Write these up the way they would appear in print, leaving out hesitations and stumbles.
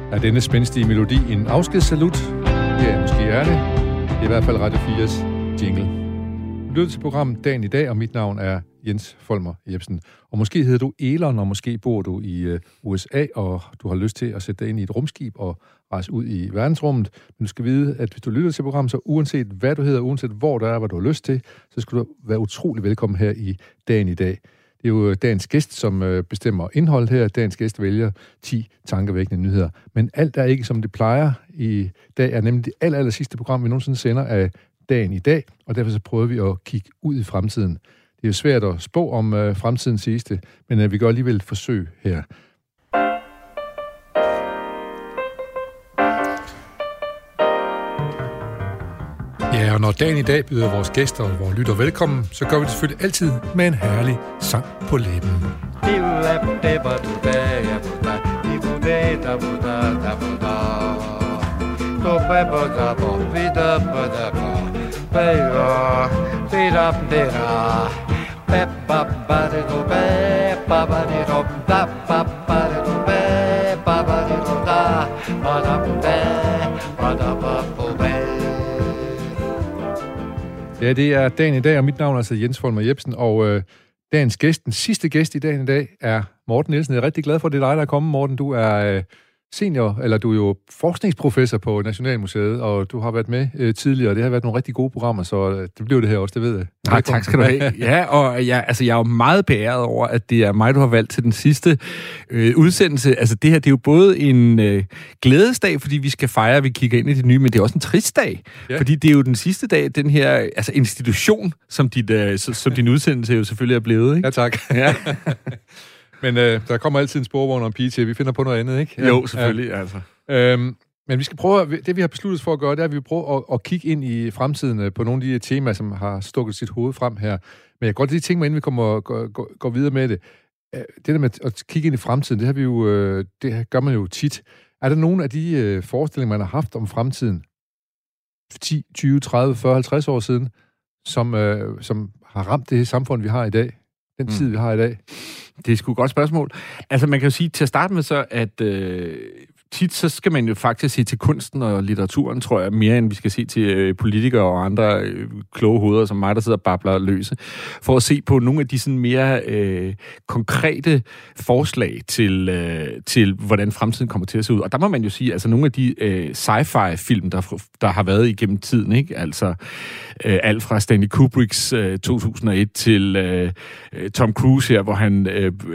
Er denne spændstige melodi en afskedssalut? Ja, måske er det. Det er i hvert fald Radio 4's jingle. Lyt til programmet Dagen i dag, og mit navn er Jens Folmer Jebsen. Og måske hedder du Elon, og måske bor du i USA, og du har lyst til at sætte dig ind i et rumskib og rejse ud i verdensrummet. Men du skal vide, at hvis du lytter til programmet, så uanset hvad du hedder, uanset hvor du er, hvad du har lyst til, så skal du være utrolig velkommen her i Dagen i dag. Det er jo dagens gæst, som bestemmer indholdet her. Dagens gæst vælger 10 tankevækkende nyheder. Men alt er ikke, som det plejer. I dag er nemlig det aller sidste program, vi nogensinde sender af Dagen i dag, og derfor så prøver vi at kigge ud i fremtiden. Det er jo svært at spå om fremtidens sidste, men vi gør alligevel et forsøg her. Ja, og når Dagen i dag byder vores gæster og vores lytter velkommen, så gør vi det selvfølgelig altid med en herlig sang på læben. Ja, det er Dagen i dag, og mit navn er altså Jens Folmer Jebsen, og dagens gæst, den sidste gæst i Dagen i dag, er Morten Nielsen. Jeg er rigtig glad for, at det er dig, der er kommet, Morten. Du er senior, eller du er jo forskningsprofessor på Nationalmuseet, og du har været med tidligere, og det har været nogle rigtig gode programmer, så det bliver det her også, det ved jeg. Nej, tak skal du have. Ja, og jeg er jo meget beæret over, at det er mig, du har valgt til den sidste udsendelse. Altså det her, det er jo både en glædesdag, fordi vi skal fejre, at vi kigger ind i det nye, men det er også en trist dag, fordi det er jo den sidste dag, den her altså institution, som din udsendelse jo selvfølgelig er blevet, ikke? Ja, tak. Ja. Men der kommer altid en sporvogn og en pige til. Vi finder på noget andet, ikke? Ja. Jo, selvfølgelig, altså. Men vi skal prøve, det vi har besluttet for at gøre, det er, at vi vil prøve at kigge ind i fremtiden på nogle af de temaer, som har stukket sit hoved frem her. Men jeg kan godt lige tænke mig, inden vi går videre med det. Det der med at kigge ind i fremtiden, det har vi jo, det gør man jo tit. Er der nogle af de forestillinger, man har haft om fremtiden, 10, 20, 30, 40, 50 år siden, som har ramt det samfund, vi har i dag? Den tid, vi har i dag? Det er sgu et godt spørgsmål. Altså, man kan jo sige til at starte med så, at tit så skal man jo faktisk se til kunsten og litteraturen, tror jeg, mere end vi skal se til politikere og andre kloge hoveder, som mig, der sidder og babler løse, for at se på nogle af de sådan mere konkrete forslag til, hvordan fremtiden kommer til at se ud. Og der må man jo sige, altså nogle af de sci-fi-film, der har været igennem tiden, ikke? Altså alt fra Stanley Kubricks 2001 til Tom Cruise her, hvor han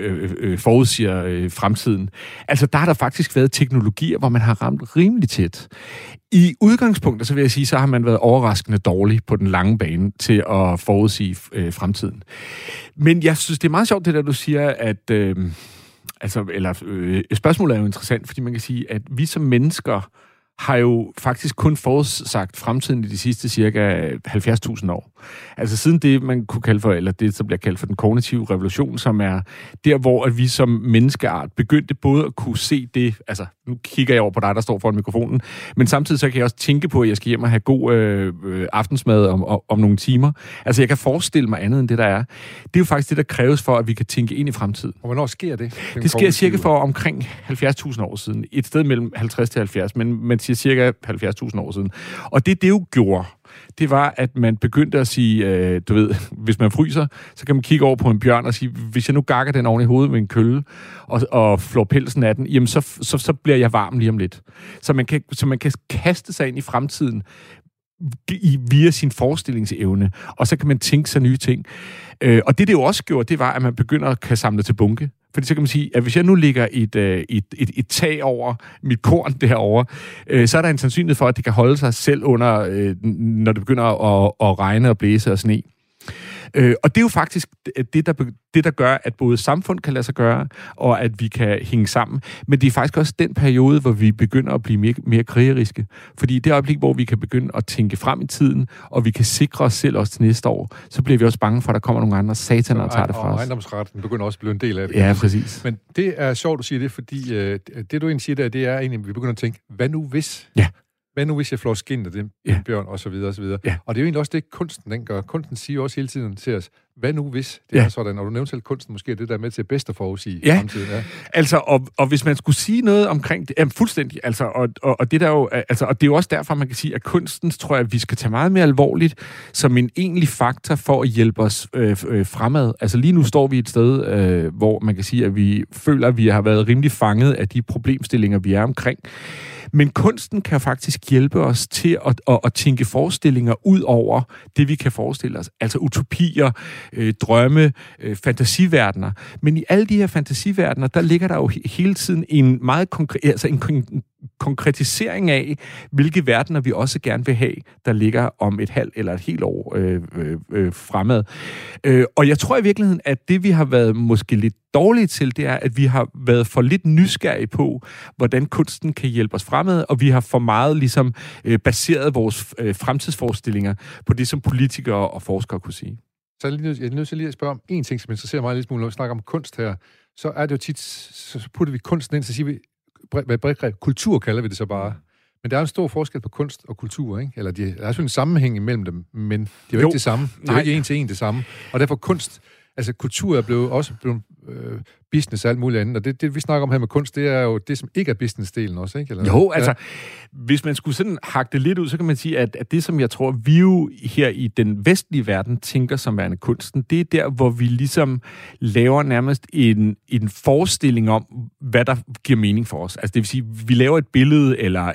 forudsiger fremtiden. Altså der har der faktisk været teknologier, hvor man har ramt rimelig tæt. I udgangspunktet, så vil jeg sige, så har man været overraskende dårlig på den lange bane til at forudsige fremtiden. Men jeg synes, det er meget sjovt, det der, du siger, at spørgsmålet er jo interessant, fordi man kan sige, at vi som mennesker har jo faktisk kun forudsagt fremtiden i de sidste cirka 70.000 år. Altså siden det, man kunne kalde for, eller det, som bliver kaldt for den kognitive revolution, som er der, hvor at vi som menneskeart begyndte både at kunne se det, altså nu kigger jeg over på dig, der står foran mikrofonen, men samtidig så kan jeg også tænke på, at jeg skal hjem og have god aftensmad om nogle timer. Altså jeg kan forestille mig andet end det, der er. Det er jo faktisk det, der kræves for, at vi kan tænke ind i fremtiden. Og hvornår sker det? Det sker cirka for omkring 70.000 år siden. Et sted mellem 50 til 70, men man siger cirka 70.000 år siden. Og det jo gjorde, det var, at man begyndte at sige, du ved, hvis man fryser, så kan man kigge over på en bjørn og sige, hvis jeg nu gakker den oven i hovedet med en kølle, og flår pelsen af den, jamen så bliver jeg varm lige om lidt. Så man kan kaste sig ind i fremtiden via sin forestillingsevne, og så kan man tænke sig nye ting. Og det jo også gjorde, det var, at man begynder at kan samle til bunke. Fordi så kan man sige, at hvis jeg nu lægger et tag over mit korn derovre, så er der en sandsynlighed for, at det kan holde sig selv under, når det begynder at regne og blæse og sne. Og det er jo faktisk det, der gør, at både samfund kan lade sig gøre, og at vi kan hænge sammen. Men det er faktisk også den periode, hvor vi begynder at blive mere krigeriske. Fordi i det øjeblik, hvor vi kan begynde at tænke frem i tiden, og vi kan sikre os selv også til næste år, så bliver vi også bange for, at der kommer nogle andre sataner og tager det fra os. Og ejendomsretten begynder også at blive en del af det. Ja, præcis. Men det er sjovt, du siger det, fordi det, du egentlig siger der, det er egentlig, at vi begynder at tænke, hvad nu hvis? Ja. Hvad nu, hvis jeg flår skindet af den bjørn, og så videre, og så videre. Ja. Og det er jo egentlig også det, kunsten den gør. Kunsten siger også hele tiden til os, hvad nu hvis det er sådan? Og du nævnte selv kunsten, måske er det der med til bedst at forudsige fremtiden. Ja, altså, og hvis man skulle sige noget omkring det, fuldstændig, altså, og det der jo, altså, og det er jo også derfor, man kan sige, at kunsten, tror jeg, vi skal tage meget mere alvorligt som en egentlig faktor for at hjælpe os fremad. Altså lige nu står vi et sted, hvor man kan sige, at vi føler, at vi har været rimelig fanget af de problemstillinger, vi er omkring. Men kunsten kan faktisk hjælpe os til at tænke forestillinger ud over det, vi kan forestille os. Altså utopier, drømme, fantasiverdener. Men i alle de her fantasiverdener, der ligger der jo hele tiden en meget konkretisering af, hvilke verdener vi også gerne vil have, der ligger om et halvt eller et helt år fremad. Og jeg tror i virkeligheden, at det, vi har været måske lidt dårlige til, det er, at vi har været for lidt nysgerrige på, hvordan kunsten kan hjælpe os fremad, og vi har for meget ligesom baseret vores fremtidsforestillinger på det, som politikere og forskere kunne sige. Så jeg er nødt til lige at spørge om en ting, som interesserer mig lidt smule, når vi snakker om kunst her. Så er det jo tit, så putter vi kunsten ind, så siger vi, kultur kalder vi det så bare. Men der er en stor forskel på kunst og kultur, ikke? Eller der er sådan en sammenhæng imellem dem, men det er jo ikke det samme. Det er jo ikke en til en det samme. Og derfor kunst, altså kultur er blevet business og alt muligt andet. Og det, vi snakker om her med kunst, det er jo det, som ikke er business-delen også, ikke? Eller, jo, altså, hvis man skulle sådan hakke det lidt ud, så kan man sige, at det, som jeg tror, vi jo her i den vestlige verden tænker som værende kunsten, det er der, hvor vi ligesom laver nærmest en forestilling om, hvad der giver mening for os. Altså, det vil sige, vi laver et billede, eller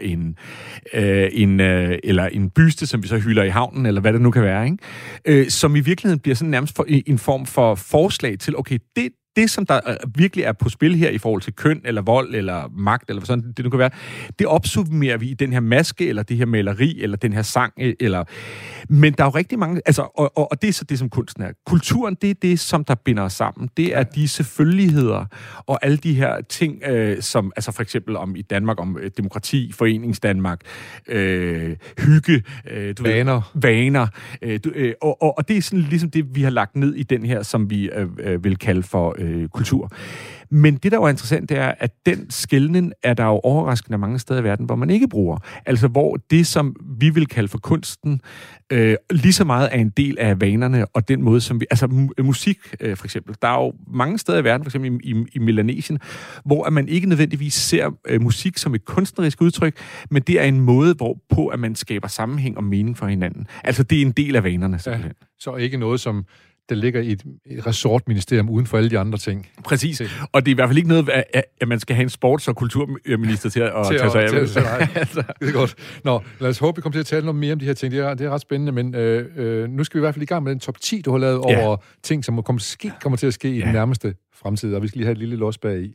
en byste, som vi så hylder i havnen, eller hvad det nu kan være, ikke? Som i virkeligheden bliver sådan nærmest en form for forslag til, okay, det, som der virkelig er på spil her i forhold til køn, eller vold, eller magt, eller sådan det nu kan være, det opsummerer vi i den her maske, eller det her maleri, eller den her sang, eller... Men der er jo rigtig mange... Altså, og det er så det, som kunsten er. Kulturen, det er det, som der binder os sammen. Det er de selvfølgeligheder, og alle de her ting, som... Altså for eksempel om i Danmark, om demokrati, Foreningsdanmark, hygge... Vaner. Og det er sådan ligesom det, vi har lagt ned i den her, som vi vil kalde for kultur. Men det, der er interessant, det er, at den skelnen er der jo overraskende mange steder i verden, hvor man ikke bruger. Altså, hvor det, som vi vil kalde for kunsten, lige så meget er en del af vanerne, og den måde, som vi... Altså, musik, for eksempel. Der er jo mange steder i verden, for eksempel i Melanesien, hvor man ikke nødvendigvis ser musik som et kunstnerisk udtryk, men det er en måde, hvorpå at man skaber sammenhæng og mening for hinanden. Altså, det er en del af vanerne, simpelthen. Ja, så ikke noget, som der ligger i et resortministerium uden for alle de andre ting. Præcis. Og det er i hvert fald ikke noget, at man skal have en sports- og kulturminister til at tage sig af. Det er godt. Nå, lad os håbe, vi kommer til at tale noget mere om de her ting. Det er ret spændende, men nu skal vi i hvert fald i gang med den top 10, du har lavet over ting, som kommer til at ske i den nærmeste fremtid, og vi skal lige have et lille los bag i.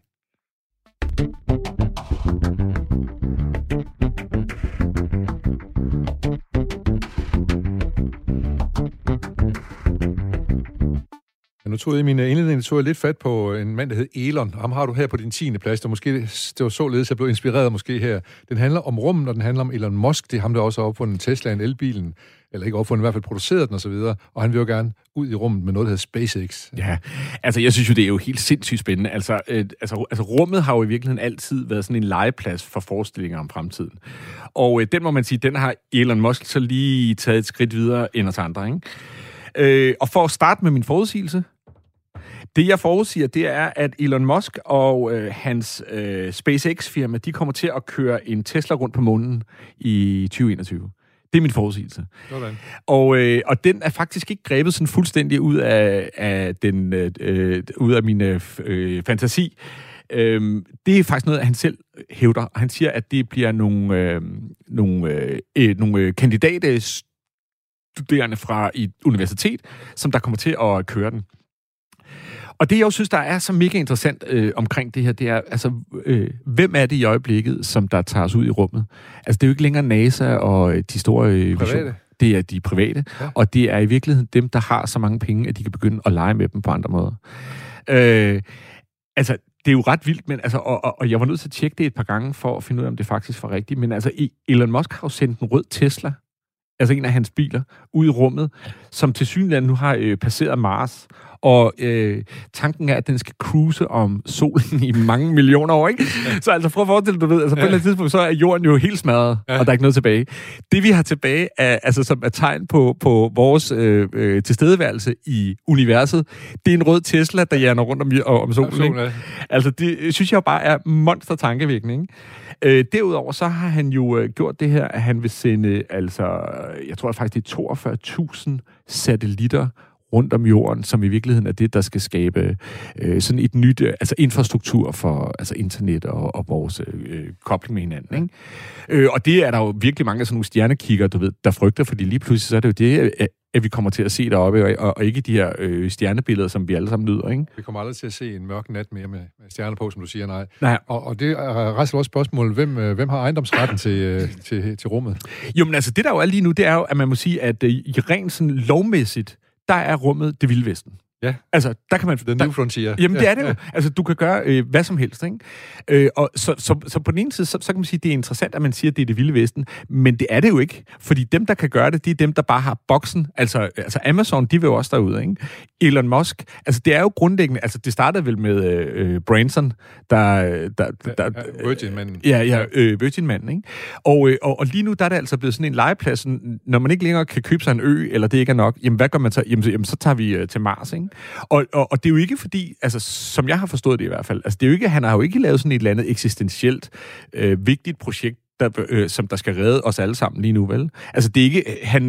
Nu tog jeg i mine indledninger lidt fat på en mand, der hed Elon. Ham har du her på din 10. plads. Det var således, jeg blev inspireret måske her. Den handler om rummet, og den handler om Elon Musk. Det er ham, der også har opfundet Teslaen, elbilen. Eller ikke opfundet, i hvert fald produceret den og så videre. Og han vil jo gerne ud i rummet med noget, der hedder SpaceX. Ja, altså jeg synes jo, det er jo helt sindssygt spændende. Altså rummet har jo i virkeligheden altid været sådan en legeplads for forestillinger om fremtiden. Og den må man sige, den har Elon Musk så lige taget et skridt videre end os andre, ikke? Og for at starte med min forudsigelse, det jeg forudsiger, det er, at Elon Musk og hans SpaceX-firma, de kommer til at køre en Tesla rundt på månen i 2021. Det er min forudsigelse. Sådan. Og den er faktisk ikke grebet sådan fuldstændig ud af min fantasi. Det er faktisk noget, han selv hævder. Han siger, at det bliver nogle kandidatstuderende fra et universitet, som der kommer til at køre den. Og det, jeg også synes, der er så mega interessant omkring det her, det er, altså, hvem er det i øjeblikket, som der tager os ud i rummet? Altså, det er jo ikke længere NASA og de store visioner. Det er de private, og det er i virkeligheden dem, der har så mange penge, at de kan begynde at lege med dem på andre måder. Altså, det er jo ret vildt, men altså, og jeg var nødt til at tjekke det et par gange, for at finde ud af, om det faktisk var rigtigt, men altså, Elon Musk har jo sendt en rød Tesla altså en af hans biler, ud i rummet, som tilsyneladende nu har passeret Mars. Og tanken er, at den skal cruise om solen i mange millioner år, ikke? Så altså prøv at forestille dig, du ved, altså på et eller andet tidspunkt, så er jorden jo helt smadret, og der er ikke noget tilbage. Det vi har tilbage, er, altså som er tegn på vores tilstedeværelse i universet, det er en rød Tesla, der hjerner rundt om solen, ikke? Altså det synes jeg jo bare er monster tankevækkende, ikke? Derudover så har han jo gjort det her, at han vil sende, altså, jeg tror faktisk det er 42.000 satellitter rundt om jorden, som i virkeligheden er det, der skal skabe sådan et nyt infrastruktur for internet og vores kobling med hinanden. Ikke? Og det er der jo virkelig mange af sådan nogle stjernekiggere, du ved, der frygter, fordi lige pludselig så er det jo det, at vi kommer til at se deroppe, og ikke de her stjernebilleder, som vi alle sammen nyder. Ikke? Vi kommer aldrig til at se en mørk nat mere med stjerner på, som du siger, nej. Og det rejser også spørgsmålet, hvem har ejendomsretten til rummet? Jo, men altså det der jo er lige nu, det er jo, at man må sige, at i rent sådan lovmæssigt, der er rummet det vilde vesten. Ja. Altså, der kan man... The new frontier. Jamen, det er det jo. Altså, du kan gøre hvad som helst, ikke? Og så på den ene side, så kan man sige, det er interessant, at man siger, at det er det vilde vesten, men det er det jo ikke. Fordi dem, der kan gøre det, det er dem, der bare har boksen. Altså Amazon, de vil jo også derude, ikke? Elon Musk, altså det er jo grundlæggende... Altså, det startede vel med Branson, Virgin-manden. Ja, Virgin-manden, ikke? Og lige nu, der er det altså blevet sådan en legeplads, når man ikke længere kan købe sig en ø, eller det ikke er nok, jamen hvad gør man så? Jamen så tager vi til Mars, ikke? Og det er jo ikke fordi, altså som jeg har forstået det i hvert fald, altså det er jo ikke, han har jo ikke lavet sådan et eller andet eksistentielt vigtigt projekt, som der skal redde os alle sammen lige nu, vel? Altså det er ikke,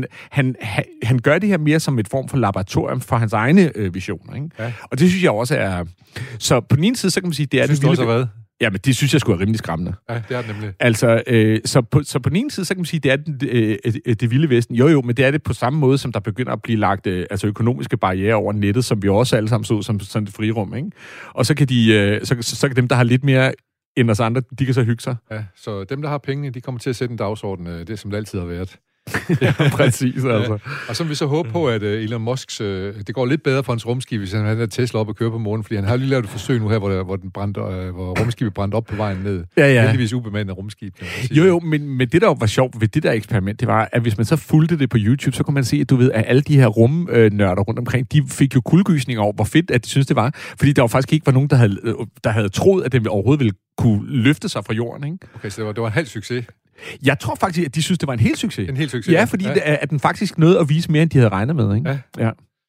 han gør det her mere som et form for laboratorium for hans egne visioner, ikke? Ja. Og det synes jeg også er... Så på den ene side, så kan man sige, det er... Synes du også hvad? Ja, men det synes jeg skulle er rimelig skræmmende. Ja, det er det nemlig. Altså, så på den ene side, så kan man sige, det er det vilde vesten. Jo, men det er det på samme måde, som der begynder at blive lagt økonomiske barrierer over nettet, som vi også alle sammen så som sådan et frirum, ikke? Og så kan så kan dem, der har lidt mere end os andre, de kan så hygge sig. Ja, så dem, der har pengene, de kommer til at sætte en dagsorden, det som det altid har været. Ja, præcis, altså. Ja. Og så vil vi så håbe på, at Elon Musks... det går lidt bedre for hans rumskib, hvis han har Tesla op og køre på månen, fordi han har lige lavet et forsøg nu her, hvor rumskibet brændte op på vejen ned. Ja. Heldigvis ubemandet rumskib, kan man sige. Jo, men det, der var sjovt ved det der eksperiment, det var, at hvis man så fulgte det på YouTube, så kunne man se, at du ved, at alle de her rumnørder rundt omkring, de fik jo kuldegysninger over, hvor fedt, at de synes det var. Fordi der jo faktisk ikke var nogen, der havde troet, at det overhovedet ville kunne løfte sig fra jorden, ikke? Okay, så det var en halv succes. Jeg tror faktisk, at de synes, det var en hel succes. En hel succes? Ja, fordi at den faktisk nåede at vise mere, end de havde regnet med, ikke? Ja.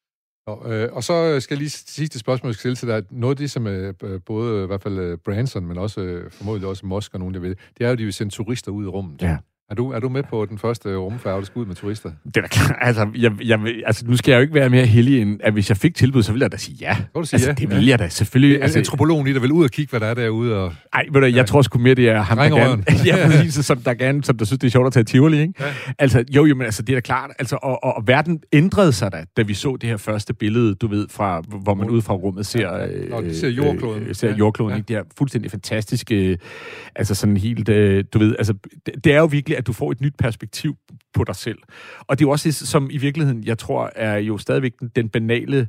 Og så skal jeg lige sidste spørgsmål, jeg skal stille til dig. Noget af det, som både i hvert fald Branson, men også formodentlig også Musk og nogen, der ved, det er jo, at de vil sende turister ud i rummet. Ja. Er du med på den første rumfærge, der skal ud med turister? Det er da klart. Altså, nu skal jeg jo ikke være mere heldig, end at hvis jeg fik tilbud, så ville jeg da sige ja. Det vil jeg da selvfølgelig. Altså, antropologen i der vil ud og kigge, hvad der er derude. Og... Ej, ved du, jeg tror sgu mere, det er ham, der gerne... Ja, præcis, som der synes, det er sjovt at tage Tivoli, ikke? Ja. Altså, jo, men altså, det er da klart. Altså, og verden ændrede sig da vi så det her første billede, du ved, fra, hvor man ud fra rummet ser jordkloden. Ser jordkloden, ikke? Det er fuldstændig fantastiske, altså sådan helt, du ved, altså, det er jo virkelig, at du får et nyt perspektiv på dig selv. Og det er jo også det, som i virkeligheden, jeg tror, er jo stadigvæk den banale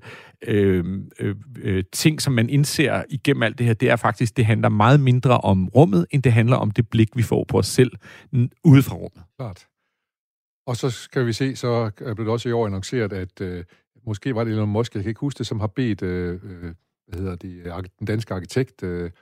ting, som man indser igennem alt det her, det er faktisk, det handler meget mindre om rummet, end det handler om det blik, vi får på os selv ude fra rummet. Klart. Og så skal vi se, så blev det også i år annonceret, at måske var det Elon Musk, jeg kan ikke huske det, som har bedt, den danske arkitekt,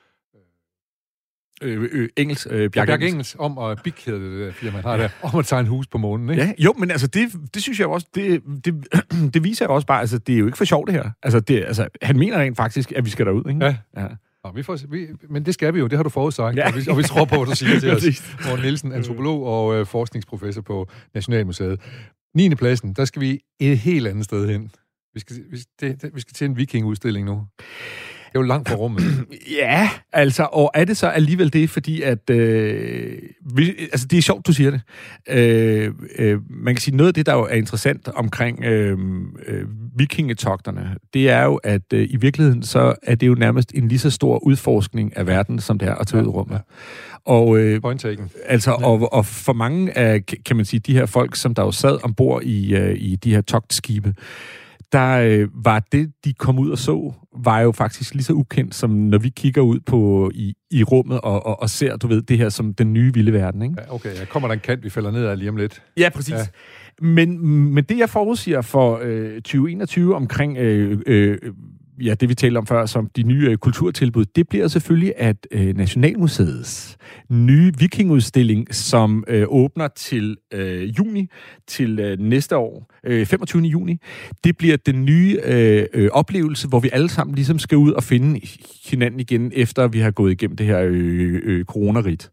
Bjarke Engels om at bygge det firma, han har der, om at tegne hus på månen, ikke? Ja, jo, men altså, det synes jeg også, det viser jo også bare, altså, det er jo ikke for sjovt, det her. Altså, han mener rent faktisk, at vi skal derud, ikke? Ja. Men det skal vi jo, det har du forudsagt, ja. og vi tror på, hvad du siger til os. Morten Nielsen, antropolog og forskningsprofessor på Nationalmuseet. 9. pladsen, der skal vi et helt andet sted hen. Vi skal til en vikingudstilling nu. Det er jo langt fra rummet. Ja, altså, og er det så alligevel det, fordi at... altså, det er sjovt, du siger det. Man kan sige, noget af det, der jo er interessant omkring vikingetogterne, det er jo, at i virkeligheden, så er det jo nærmest en lige så stor udforskning af verden, som det er at tage ud i rummet. Og, point taken. Altså, og for mange af, kan man sige, de her folk, som der jo sad ombord i de her togtskibe, der var det, de kom ud og så, var jo faktisk lige så ukendt, som når vi kigger ud på i rummet og ser, du ved, det her som den nye vilde verden, ikke? Ja, okay, ja, kommer der en kant, vi falder ned af lige om lidt. Ja, præcis. Ja. Men det, jeg forudsiger for 2021 omkring det, vi talte om før, som de nye kulturtilbud, det bliver selvfølgelig, at Nationalmuseets nye vikingudstilling, som åbner til juni, til næste år, 25. juni, det bliver den nye oplevelse, hvor vi alle sammen ligesom skal ud og finde hinanden igen, efter vi har gået igennem det her coronarit.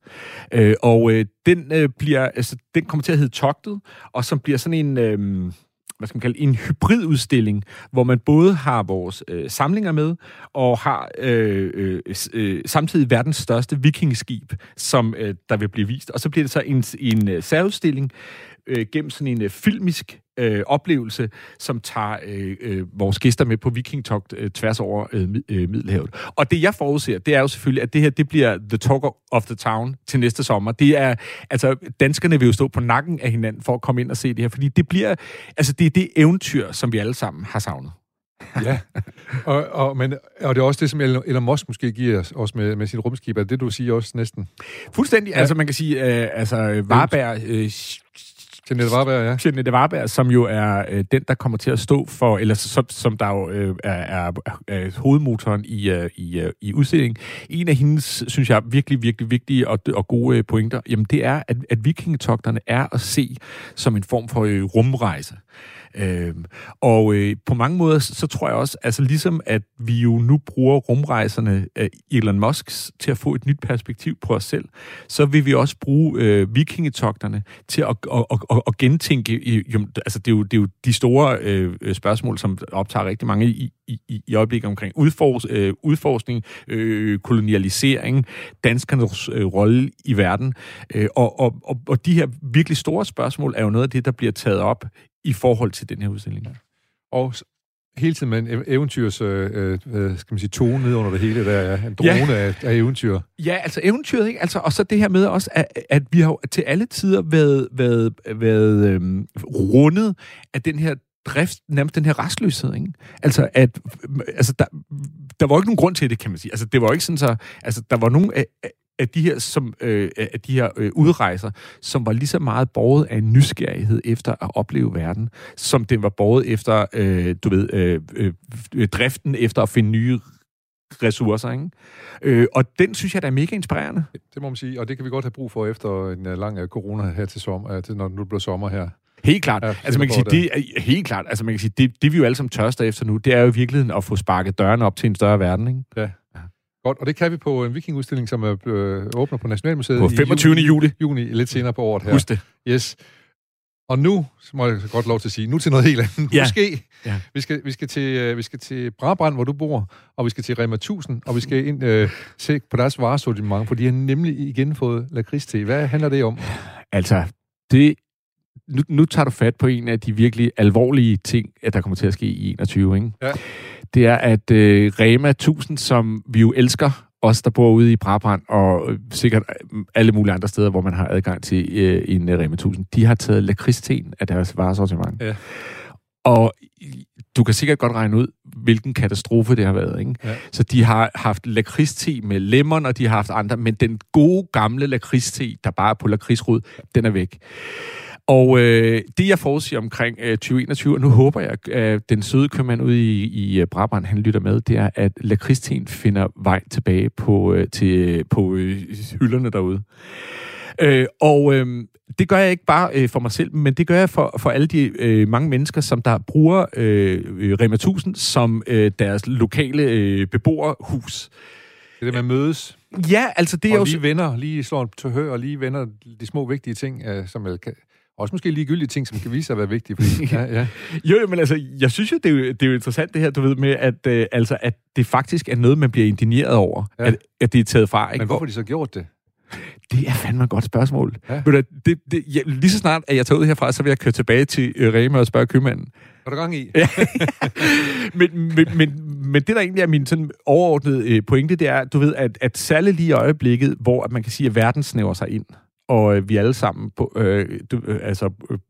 Den kommer til at hedde Togtet, og som bliver sådan en en hybridudstilling, hvor man både har vores samlinger med, og har samtidig verdens største vikingeskib, som der vil blive vist. Og så bliver det så en særudstilling gennem sådan en filmisk oplevelse, som tager vores gæster med på vikingtogt tværs over Middelhavet. Og det, jeg forudser, det er jo selvfølgelig, at det her, det bliver the talk of the town til næste sommer. Det er, altså, danskerne vil jo stå på nakken af hinanden for at komme ind og se det her, fordi det bliver, altså, det er det eventyr, som vi alle sammen har savnet. Ja, og det er også det, som Elon Musk måske giver os med sit rumskib. Er det, du siger også næsten? Fuldstændig. Ja. Altså, man kan sige, Varberg... Jeanette Varberg, ja. Jeanette Varberg, som jo er den, der kommer til at stå for, eller som der jo er hovedmotoren i udstillingen. En af hendes, synes jeg, virkelig, virkelig vigtige og gode pointer, jamen det er, at vikingetogterne er at se som en form for rumrejse. På mange måder, så tror jeg også, altså ligesom at vi jo nu bruger rumrejserne Elon Musk til at få et nyt perspektiv på os selv, så vil vi også bruge vikingetogterne til at gentænke, altså det er jo de store spørgsmål, som optager rigtig mange i øjeblikket omkring udforskning, kolonialisering, danskernes rolle i verden, og de her virkelig store spørgsmål er jo noget af det, der bliver taget op i forhold til den her udstilling. Og hele tiden med en eventyrs, skal man sige, tone ned under det hele, der er en drone af eventyr. Ja, altså eventyret, ikke? Altså, og så det her med også, at vi har til alle tider været rundet af den her drift, nærmest den her restløshed, ikke? Altså, der var ikke nogen grund til det, kan man sige. Altså, det var ikke sådan så... Altså, der var nogen af de her udrejser, som var lige så meget båret af en nysgerrighed efter at opleve verden, som den var båret efter, driften efter at finde nye ressourcer, ikke? Og den synes jeg, der er mega inspirerende. Det må man sige, og det kan vi godt have brug for efter en lang corona her til sommer, når nu bliver sommer her. Helt klart. Altså man kan sige, det er helt klart. Altså man kan sige, det vi jo alle sammen tørster efter nu, det er jo i virkeligheden at få sparket dørene op til en større verden, ikke? Ja. Godt, og det kan vi på en vikingudstilling, som åbner på Nationalmuseet på 25. juni, lidt senere på året her. Husk det. Yes. Og nu, så må jeg godt lov til at sige, nu til noget helt andet. Ja. Måske. Ja. Vi skal til Brabrand, hvor du bor, og vi skal til Rema 1000, og vi skal ind se på deres varesortiment, for de har nemlig igen fået lakridste. Hvad handler det om? Altså, nu tager du fat på en af de virkelig alvorlige ting, at der kommer til at ske i 21, ikke? Ja. Det er, at Rema 1000, som vi jo elsker, os der bor ude i Brabrand, og sikkert alle mulige andre steder, hvor man har adgang til en Rema 1000, de har taget lakridsten af deres varesortiment. Ja. Og du kan sikkert godt regne ud, hvilken katastrofe det har været, ikke? Ja. Så de har haft lakridste med lemon, og de har haft andre, men den gode gamle lakridste, der bare er på lakridsrod, den er væk. Og det, jeg forudsiger omkring 2021, og nu håber jeg, at den søde købmand ude i Brabrand, han lytter med, det er, at lakridsten finder vej tilbage på hylderne derude. Det gør jeg ikke bare for mig selv, men det gør jeg for alle de mange mennesker, som der bruger Rema 1000 som deres lokale beboerhus. Det er det, man mødes. Ja, altså det er jo... lige slår en tøhør, og lige vender de små vigtige ting, som også måske ligegyldige ting, som kan vise sig at være vigtige. Fordi, ja. Jo, men altså, jeg synes jo, det er jo interessant det her, du ved, med, at det faktisk er noget, man bliver indigneret over, at det er taget fra. Ikke? Men hvorfor har de så gjort det? Det er fandme et godt spørgsmål. Ja. Lige så snart, at jeg tager ud herfra, så vil jeg køre tilbage til Rema og spørge købmanden. Har du gang i? Ja. men det, der egentlig er min sådan overordnede pointe, det er, du ved, at særligt lige i øjeblikket, hvor at man kan sige, at verden snæver sig ind, og vi alle sammen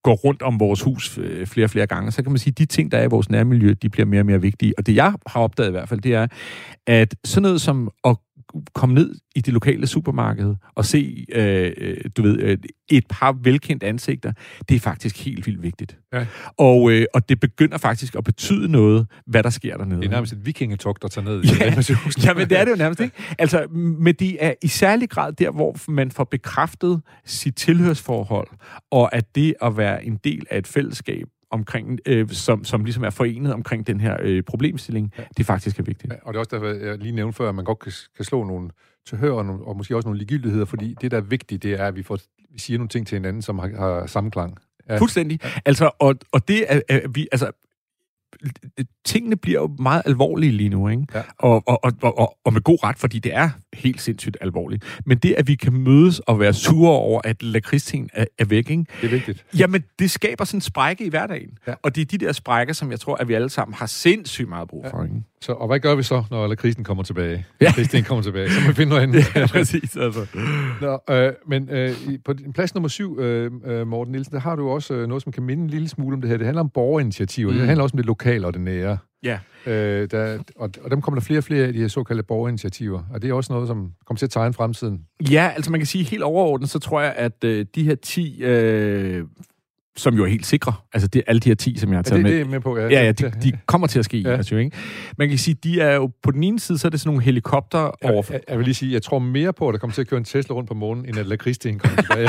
går rundt om vores hus flere og flere gange, så kan man sige, at de ting, der er i vores nærmiljø, de bliver mere og mere vigtige. Og det, jeg har opdaget i hvert fald, det er, at sådan noget som at komme ned i det lokale supermarked og se, et par velkendte ansigter, det er faktisk helt vildt vigtigt. Ja. Og det begynder faktisk at betyde noget, hvad der sker dernede. Det er nærmest et vikingetog, der tager ned. Ja, men det er det jo nærmest, ikke? Altså, men det er i særlig grad der, hvor man får bekræftet sit tilhørsforhold, og at det at være en del af et fællesskab, omkring, som ligesom er forenet omkring den her problemstilling, det faktisk er vigtigt. Ja, og det er også derfor, jeg lige nævnte før, at man godt kan slå nogle tilhør og måske også nogle ligegyldigheder, fordi det, der er vigtigt, det er, at vi siger nogle ting til hinanden, som har sammenklang. Ja. Fuldstændig. Ja. Altså, og det er vi, altså, tingene bliver jo meget alvorlige lige nu, ikke? Ja. Og med god ret, fordi det er helt sindssygt alvorligt. Men det, at vi kan mødes og være sure over, at lakridstingen er væk, ikke? Det er vigtigt. Jamen, det skaber sådan en sprække i hverdagen. Ja. Og det er de der sprækker, som jeg tror, at vi alle sammen har sindssygt meget brug for, ikke? Så, og hvad gør vi så, når lakridsen kommer tilbage? Ja. Lakridstingen kommer tilbage. Så må vi finde noget andet. Ja, præcis. Altså. Men på plads nummer 7, Morten Nielsen, der har du også noget, som kan minde en lille smule om det her. Det handler om borgerinitiativer. Det handler også om det lokale og det nære. Ja. Og dem kommer der flere og flere af de her såkaldte borgerinitiativer. Og det er også noget, som kommer til at tegne fremtiden. Ja, altså man kan sige helt overordnet, så tror jeg, at de her 10... som jo er helt sikre. Altså, det er alle de her 10, som jeg har taget med. Det er med på, ja. Ja, de kommer til at ske, altså, ikke? Man kan sige, de er jo på den ene side, så er det sådan nogle helikopter over... Jeg vil lige sige, jeg tror mere på, at der kommer til at køre en Tesla rundt på månen, end at lakridstenen kommer tilbage.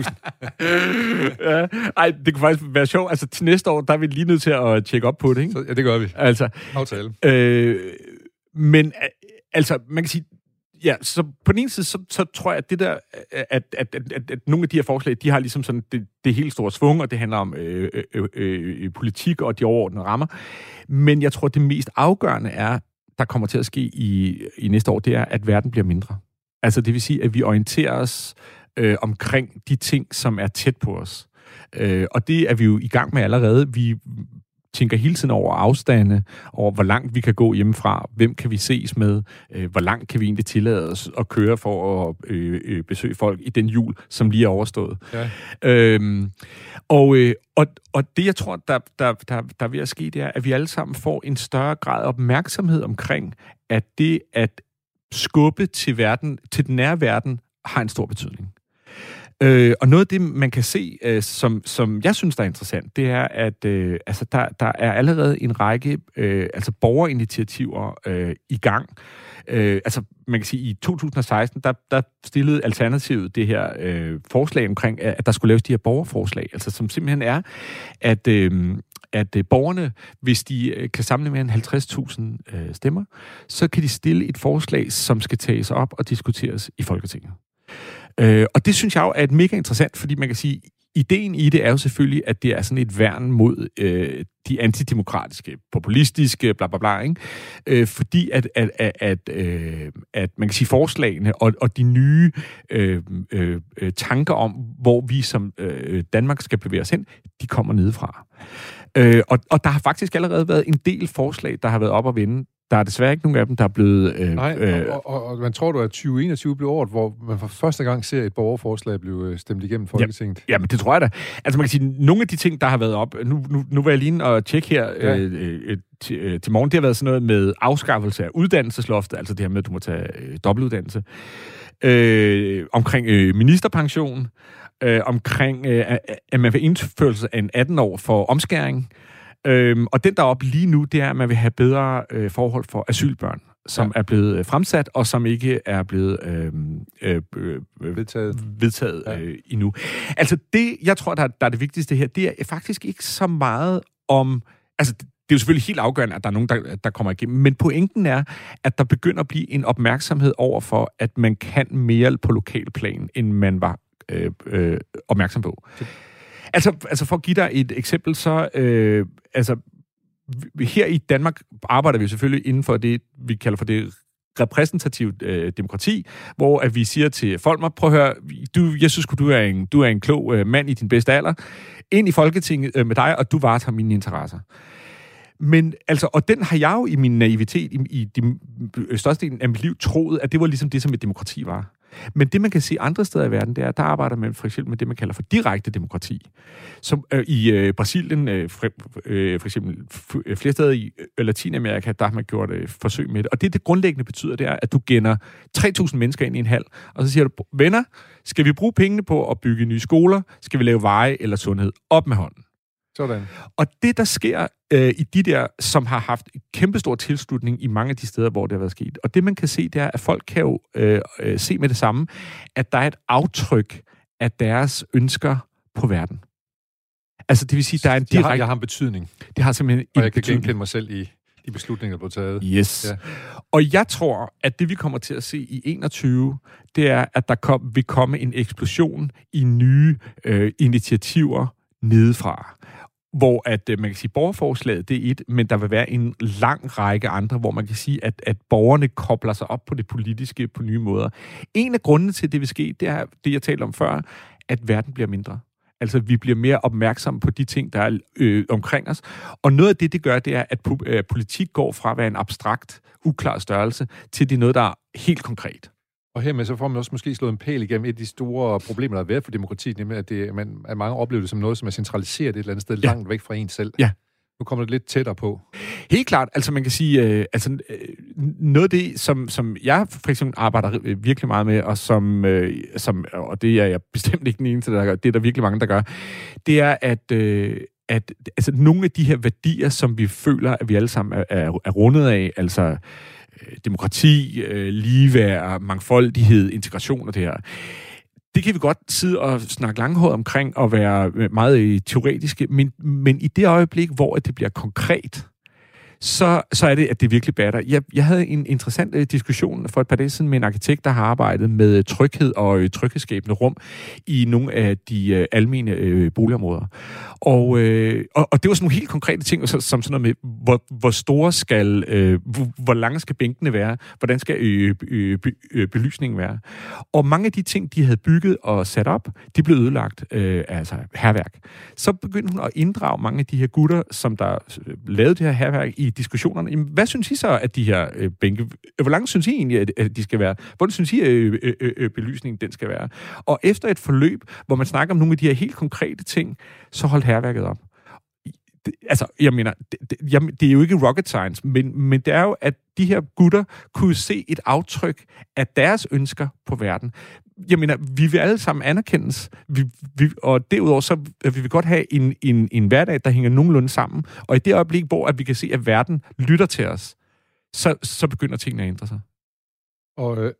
Ja. Ej, det kunne faktisk være sjovt. Altså, til næste år, der er vi lige nødt til at tjekke op på det, ikke? Så, ja, det gør vi. Altså... Aftale. Men, altså, man kan sige... Ja, så på den ene side, så tror jeg, at det der, at nogle af de her forslag, de har ligesom sådan det helt store svung, og det handler om politik og de overordnede rammer. Men jeg tror, det mest afgørende er, der kommer til at ske i næste år, det er, at verden bliver mindre. Altså det vil sige, at vi orienterer os omkring de ting, som er tæt på os. Og det er vi jo i gang med allerede. Vi tænker hele tiden over afstande, over hvor langt vi kan gå hjemmefra, hvem kan vi ses med, hvor langt kan vi egentlig tillade os at køre for at besøge folk i den jul, som lige er overstået. Ja. Og det, jeg tror, der er ved at ske, det er, at vi alle sammen får en større grad opmærksomhed omkring, at det at skubbe til den nære verden, har en stor betydning. Og noget af det, man kan se, som jeg synes, der er interessant, det er, at der er allerede en række borgerinitiativer i gang. Man kan sige, i 2016, der stillede Alternativet det her forslag omkring, at der skulle laves de her borgerforslag, altså som simpelthen er, at borgerne, hvis de kan samle mere end 50.000 stemmer, så kan de stille et forslag, som skal tages op og diskuteres i Folketinget. Og det synes jeg jo er et mega interessant, fordi man kan sige, ideen i det er jo selvfølgelig, at det er sådan et værn mod de antidemokratiske, populistiske, bla bla bla, ikke? Fordi at man kan sige, forslagene og de nye tanker om, hvor vi som Danmark skal bevæge os hen, de kommer nedefra. Og der har faktisk allerede været en del forslag, der har været op at vende. Der er desværre ikke nogen af dem, der er blevet... Og man tror du, at 2021 blev året, hvor man for første gang ser et borgerforslag blive stemt igennem Folketinget? Jamen, det tror jeg da. Altså, man kan sige, nogle af de ting, der har været op... Nu var jeg lige og tjekke her til morgen. Det har været sådan noget med afskaffelse af uddannelsesloftet, altså det her med, at du må tage dobbeltuddannelse. Omkring ministerpension. Omkring, at man vil indførelse af en 18 år for omskæring. Og den der op lige nu, det er, at man vil have bedre forhold for asylbørn, som er blevet fremsat, og som ikke er blevet vedtaget endnu. Altså det, jeg tror, der er det vigtigste her, det er faktisk ikke så meget om... Altså det er jo selvfølgelig helt afgørende, at der er nogen, der kommer igennem, men pointen er, at der begynder at blive en opmærksomhed over for, at man kan mere på lokalplan, end man var opmærksom på. Altså for at give dig et eksempel, så her i Danmark arbejder vi selvfølgelig inden for det, vi kalder for det repræsentativt demokrati, hvor at vi siger til folk, prøv at høre, jeg synes, du er en klog mand i din bedste alder, ind i Folketinget med dig, og du varetager mine interesser. Men altså, og den har jeg jo i min naivitet, i de største del af mit liv, troet, at det var ligesom det, som et demokrati var. Men det, man kan se andre steder i verden, det er, at der arbejder man for eksempel med det, man kalder for direkte demokrati. Som i Brasilien, for eksempel flere steder i Latinamerika, der har man gjort forsøg med det. Og det grundlæggende betyder, det er, at du gænder 3.000 mennesker ind i en hal, og så siger du, venner, skal vi bruge pengene på at bygge nye skoler? Skal vi lave veje eller sundhed? Op med hånden. Sådan. Og det, der sker i de der, som har haft kæmpestor tilslutning i mange af de steder, hvor det har været sket. Og det, man kan se, det er, at folk kan jo se med det samme, at der er et aftryk af deres ønsker på verden. Altså, det vil sige, der er en direkte... Jeg har en betydning. Det har simpelthen og jeg kan genkende mig selv i de beslutninger, der blev taget. Yes. Ja. Og jeg tror, at det, vi kommer til at se i 21, det er, at der vil komme en eksplosion i nye initiativer nedefra. Hvor at man kan sige, borgerforslaget, det er et, men der vil være en lang række andre, hvor man kan sige, at borgerne kobler sig op på det politiske på nye måder. En af grundene til, at det vil ske, det er det, jeg talte om før, at verden bliver mindre. Altså, vi bliver mere opmærksomme på de ting, der er omkring os. Og noget af det gør, det er, at politik går fra at være en abstrakt, uklar størrelse, til det noget, der er helt konkret. Og hermed så får man også måske slået en pæl igennem et af de store problemer, der har været for demokratiet, nemlig at mange oplever det som noget, som er centraliseret et eller andet sted langt væk fra en selv. Ja. Nu kommer det lidt tættere på. Helt klart. Altså man kan sige, noget af det, som jeg for eksempel arbejder virkelig meget med, og som og det er jeg bestemt ikke den eneste, der gør, det er der virkelig mange, der gør, det er, at altså nogle af de her værdier, som vi føler, at vi alle sammen er rundet af, altså demokrati, ligeværd, mangfoldighed, integration og det her. Det kan vi godt sidde og snakke langhåret omkring og være meget teoretiske, men i det øjeblik, hvor det bliver konkret, så er det, at det virkelig batter. Jeg havde en interessant diskussion for et par dage siden med en arkitekt, der har arbejdet med tryghed og tryghedsskabende rum i nogle af de almene boligområder. Og det var sådan nogle helt konkrete ting, som sådan noget med, hvor store skal, hvor lange skal bænkene være, hvordan skal belysningen være. Og mange af de ting, de havde bygget og sat op, de blev ødelagt, altså hærværk. Så begyndte hun at inddrage mange af de her gutter, som der lavede det her hærværk i diskussionerne. Jamen, hvad synes I så, at de her bænke... Hvor langt synes I egentlig, at de skal være? Hvordan synes I, belysningen den skal være? Og efter et forløb, hvor man snakker om nogle af de her helt konkrete ting, så holdt hærværket op. Altså, jeg mener, det er jo ikke rocket science, men det er jo, at de her gutter kunne se et aftryk af deres ønsker på verden. Jeg mener, vi vil alle sammen anerkendes, og derudover så vil vi godt have en hverdag, der hænger nogenlunde sammen, og i det øjeblik, hvor at vi kan se, at verden lytter til os, så begynder tingene at ændre sig. Og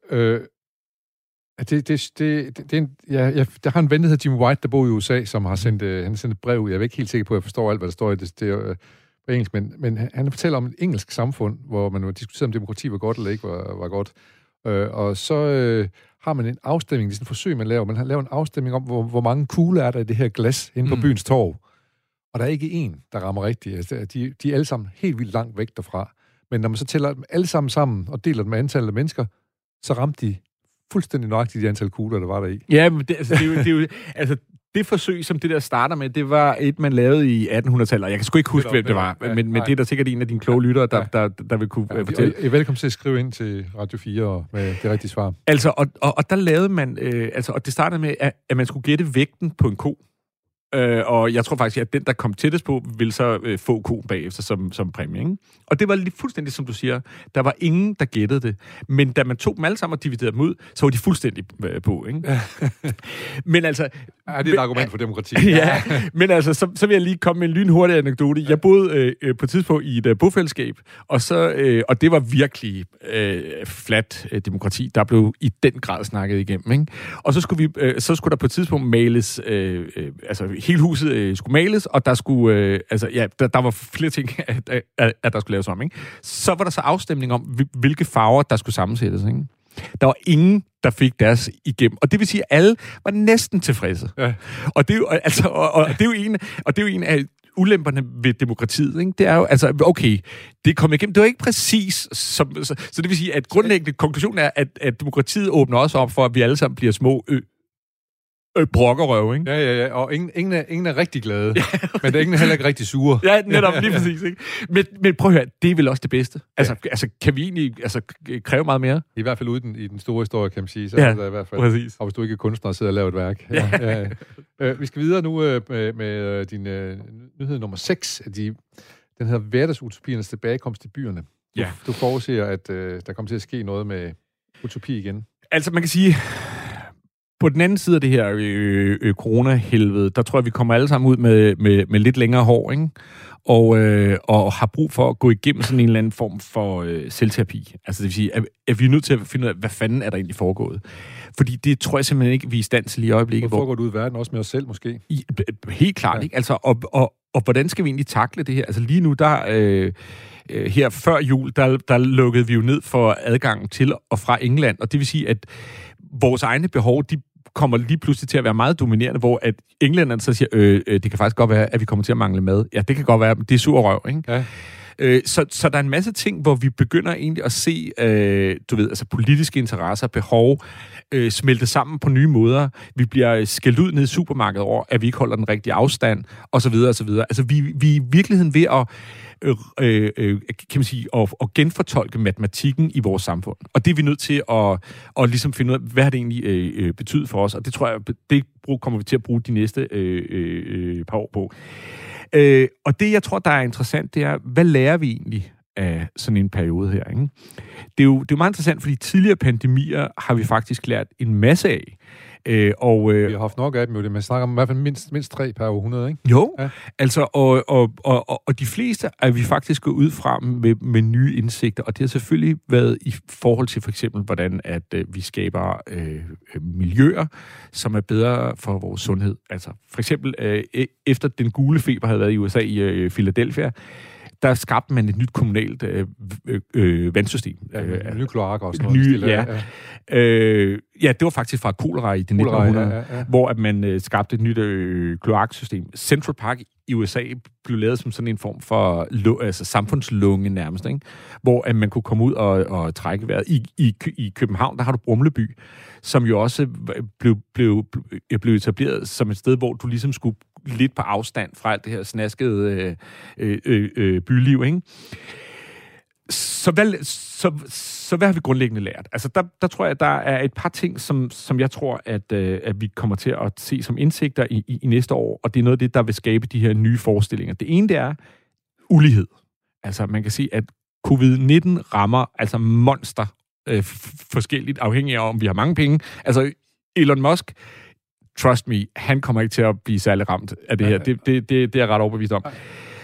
der har en ven, der hedder Jim White, der bor i USA, som har sendt et brev. Jeg er ikke helt sikker på, at jeg forstår alt, hvad der står i det på engelsk, men han fortæller om et engelsk samfund, hvor man diskuterer, om demokrati var godt eller ikke var godt. Og så har man en afstemning, det er sådan et forsøg, man laver. Man har lavet en afstemning om, hvor mange kugler er der i det her glas inde på byens torv. Og der er ikke en, der rammer rigtigt. Altså, de er alle sammen helt vildt langt væk derfra. Men når man så tæller dem alle sammen og deler dem med antallet af mennesker, så ramte de fuldstændig nøjagtigt de antal kugler, der var der i. Ja, men det er jo altså, det forsøg, som det der starter med, det var et, man lavede i 1800-tallet. Jeg kan sgu ikke huske, hvem det var, men det er der sikkert en af dine kloge lyttere, der vil kunne fortælle. Jeg er velkommen til at skrive ind til Radio 4 med det rigtige svar. Altså, og der lavede man, og det startede med, at man skulle gætte vægten på en ko. Og jeg tror faktisk, at den, der kom tættest på, ville så få koen bagefter som præmie. Ikke? Og det var lige fuldstændig, som du siger. Der var ingen, der gættede det. Men da man tog dem alle sammen og dividerede dem ud, så var de fuldstændig på. Ikke? Men altså... Ja, det er et argument for demokrati. Ja, men altså, så vil jeg lige komme med en lynhurtig anekdote. Jeg boede på et tidspunkt i et bofællesskab, og det var virkelig flat demokrati. Der blev i den grad snakket igennem. Ikke? Og så skulle der på et tidspunkt males... hele huset skulle males, og der skulle, der var flere ting, at der skulle laves om, ikke? Så var der så afstemning om, hvilke farver, der skulle sammensættes, ikke? Der var ingen, der fik deres igennem. Og det vil sige, at alle var næsten tilfredse. Ja. Og det er jo, altså, og det er jo en af ulemperne ved demokratiet, ikke? Det er jo, altså, okay, det kom igennem. Det var ikke præcis som... Så det vil sige, at grundlæggende konklusionen er, at demokratiet åbner også op for, at vi alle sammen bliver små brokkerøv, ikke? Ja, og ingen er rigtig glade, men ingen er heller ikke rigtig sure. Ja, netop, lige præcis, ikke? Men prøv at høre, det er vel også det bedste. Altså kan vi egentlig kræve meget mere? I hvert fald ude i den store historie, kan man sige. Så ja, er der i hvert fald. Præcis. Og hvis du ikke er kunstner og sidder og laver et værk. Ja. Vi skal videre nu med din nyhed nummer 6. Den hedder Hverdagsutopiernes tilbagekomst i byerne. Du forudser, at der kommer til at ske noget med utopi igen. Altså, man kan sige, på den anden side af det her corona-helvede, der tror jeg, vi kommer alle sammen ud med lidt længere hår, ikke? Og har brug for at gå igennem sådan en eller anden form for selvterapi. Altså det vil sige, at vi er nødt til at finde ud af, hvad fanden er der egentlig foregået. Fordi det tror jeg simpelthen ikke, vi er i stand til i øjeblikket. Hvor foregår det ud i verden, også med os selv måske? Helt klart, ikke? Altså, og hvordan skal vi egentlig takle det her? Altså lige nu, der her før jul, der lukkede vi jo ned for adgangen til og fra England, og det vil sige, at vores egne behov, de kommer lige pludselig til at være meget dominerende, hvor at englænderne så siger, det kan faktisk godt være, at vi kommer til at mangle mad. Ja, det kan godt være, det er sur røv, ikke? Ja. Så der er en masse ting, hvor vi begynder egentlig at se, altså politiske interesser, behov, smelte sammen på nye måder. Vi bliver skældt ud ned i supermarkedet over, at vi ikke holder den rigtige afstand, osv. osv. Altså, vi er i virkeligheden ved at kan man sige, at genfortolke matematikken i vores samfund. Og det er vi nødt til at ligesom finde ud af, hvad det egentlig betyder for os. Og det tror jeg, det kommer vi til at bruge de næste par år på. Og det, jeg tror, der er interessant, det er, hvad lærer vi egentlig af sådan en periode her, ikke? Det er jo meget interessant, fordi tidligere pandemier har vi faktisk lært en masse af. Vi har haft nok af dem jo, man snakker om i hvert fald mindst 3 per århundrede, ikke? Jo, ja. Altså, og de fleste er vi faktisk gået ud fra med nye indsigter, og det har selvfølgelig været i forhold til for eksempel, hvordan at vi skaber miljøer, som er bedre for vores sundhed. Altså, for eksempel, efter den gule feber havde været i USA i Philadelphia, der skabte man et nyt kommunalt vandsystem. Nye kloakker og sådan noget. Ja, det var faktisk fra kolera i det 1900, hvor at man skabte et nyt kloaksystem. Central Park i USA blev lavet som sådan en form for samfundslunge nærmest, ikke? Hvor at man kunne komme ud og trække vejret. I København, der har du Brumleby, som jo også blev etableret som et sted, hvor du ligesom skulle lidt på afstand fra alt det her snaskede byliv, ikke? Så hvad har vi grundlæggende lært? Altså, der tror jeg, der er et par ting, som jeg tror, at vi kommer til at se som indsigter i næste år, og det er noget af det, der vil skabe de her nye forestillinger. Det ene, det er ulighed. Altså, man kan sige, at covid-19 rammer altså monster forskelligt, afhængig af, om vi har mange penge. Altså, Elon Musk, trust me, han kommer ikke til at blive særlig ramt af det her. Det er jeg ret overbevist om.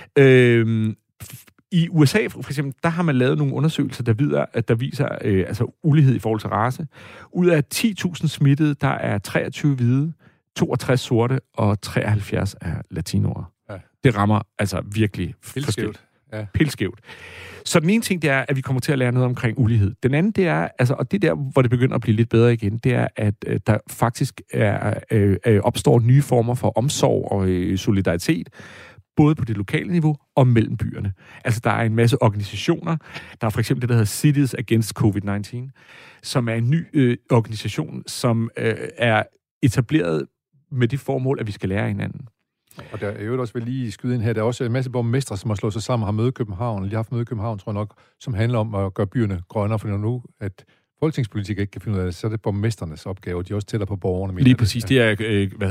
I USA, for eksempel, der har man lavet nogle undersøgelser, der viser altså ulighed i forhold til race. Ud af 10.000 smittede, der er 23 hvide, 62 sorte og 73 er latinoer. Ja. Det rammer altså virkelig forskelligt. Ja. Pilskævt. Så den ene ting, det er, at vi kommer til at lære noget omkring ulighed. Den anden, det er, altså, og det er der, hvor det begynder at blive lidt bedre igen, det er, at der faktisk opstår nye former for omsorg og solidaritet, både på det lokale niveau og mellem byerne. Altså, der er en masse organisationer. Der er for eksempel det, der hedder Cities Against COVID-19, som er en ny organisation, som er etableret med det formål, at vi skal lære hinanden. Og der er jo også vel lige skyde ind her, der er også en masse borgmestre, som har slået sig sammen og har møde i København. De har haft møde i København, tror jeg nok, som handler om at gøre byerne grønnere, for nu, at folketingspolitikere ikke kan finde ud af det, så er det borgmesternes opgave. De er også tættere på borgerne. Lige præcis. Det er,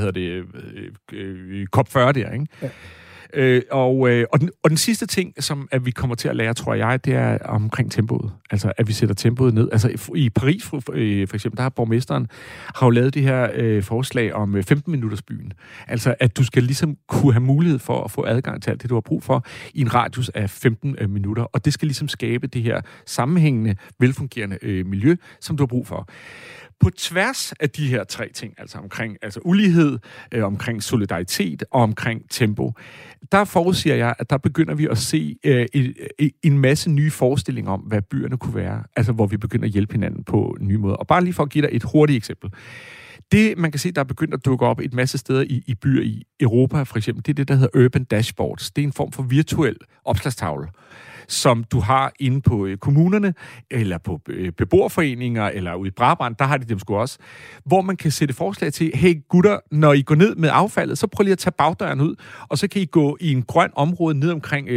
COP40 der, ikke? Ja. Og den sidste ting, som at vi kommer til at lære, tror jeg, det er omkring tempoet. Altså, at vi sætter tempoet ned. Altså, i Paris, for eksempel, der har borgmesteren jo lavet det her forslag om 15-minutters byen. Altså, at du skal ligesom kunne have mulighed for at få adgang til alt det, du har brug for, i en radius af 15 minutter. Og det skal ligesom skabe det her sammenhængende, velfungerende miljø, som du har brug for. På tværs af de her 3 ting, altså omkring ulighed, omkring solidaritet og omkring tempo, der forudsiger jeg, at der begynder vi at se en masse nye forestillinger om, hvad byerne kunne være, altså hvor vi begynder at hjælpe hinanden på nye måder. Og bare lige for at give dig et hurtigt eksempel. Det, man kan se, der er begyndt at dukke op et masse steder i byer i Europa, for eksempel, det er det, der hedder Urban Dashboards. Det er en form for virtuel opslagstavle, som du har inde på kommunerne, eller på beboerforeninger, eller ude i Brabrand, der har de dem sgu også, hvor man kan sætte forslag til, hey gutter, når I går ned med affaldet, så prøv lige at tage bagdøren ud, og så kan I gå i en grøn område ned omkring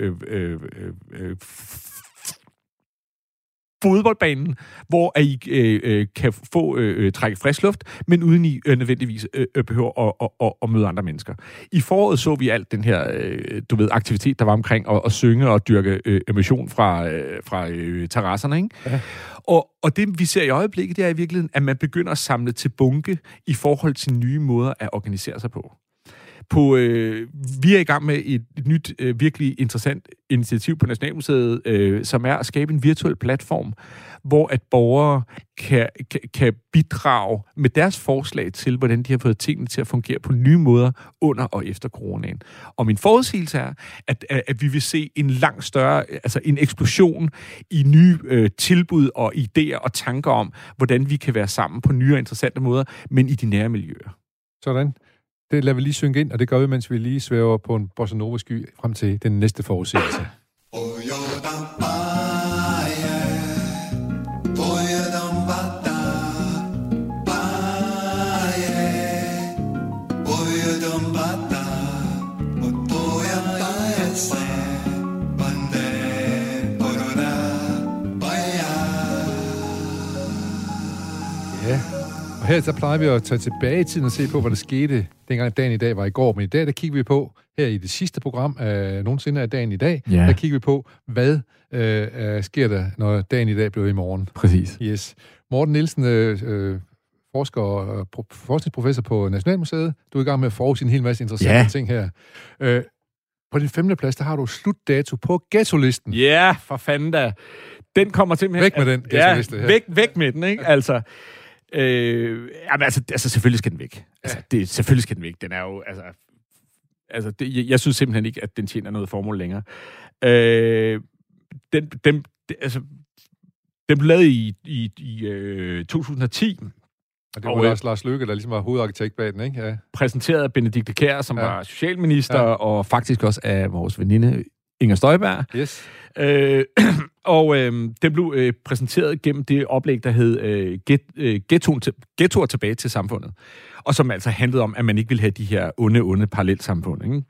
fodboldbanen, hvor I kan få trække frisk luft, men uden I nødvendigvis behøver at møde andre mennesker. I foråret så vi alt den her aktivitet, der var omkring at synge og dyrke emission fra terrasserne, ikke? Ja. Og det, vi ser i øjeblikket, det er i virkeligheden, at man begynder at samle til bunke i forhold til nye måder at organisere sig på. Vi er i gang med et nyt, virkelig interessant initiativ på Nationalmuseet, som er at skabe en virtuel platform, hvor at borgere kan bidrage med deres forslag til, hvordan de har fået tingene til at fungere på nye måder under og efter coronaen. Og min forudsigelse er, at vi vil se en langt større, altså en eksplosion i nye tilbud og idéer og tanker om, hvordan vi kan være sammen på nye og interessante måder, men i de nære miljøer. Sådan. Det lader vi lige synge ind, og det gør vi, mens vi lige svæver på en bossa nova sky frem til den næste forudsigelse. Ja. Og her så plejer vi at tage tilbage i tiden og se på, hvad der skete, dengang dagen i dag var i går. Men i dag, der kigger vi på, her i det sidste program af nogensinde af dagen i dag, der kigger vi på, hvad sker der, når dagen i dag bliver i morgen. Præcis. Yes. Morten Nielsen, forsker og forskningsprofessor på Nationalmuseet. Du er i gang med at forudse en hel masse interessante ting her. På din 5. plads, der har du slutdato på ghetto-listen. Ja, for fanden da. Den kommer simpelthen... Væk med den ghetto-liste her. Væk med den, ikke? Altså... altså, selvfølgelig skal den væk. Altså, selvfølgelig skal den væk. Den er jo, jeg synes simpelthen ikke, at den tjener noget formål længere. Den blev lavet i 2010. Og det var også Lars Løkke, der ligesom var hovedarkitekt bag den, ikke? Ja. Præsenteret af Benedikte Kjær, som var socialminister, og faktisk også af vores veninde Inger Støjberg. Yes. Den blev præsenteret gennem det oplæg, der hed Ghettoer tilbage til samfundet. Og som altså handlede om, at man ikke ville have de her onde parallelsamfund, ikke?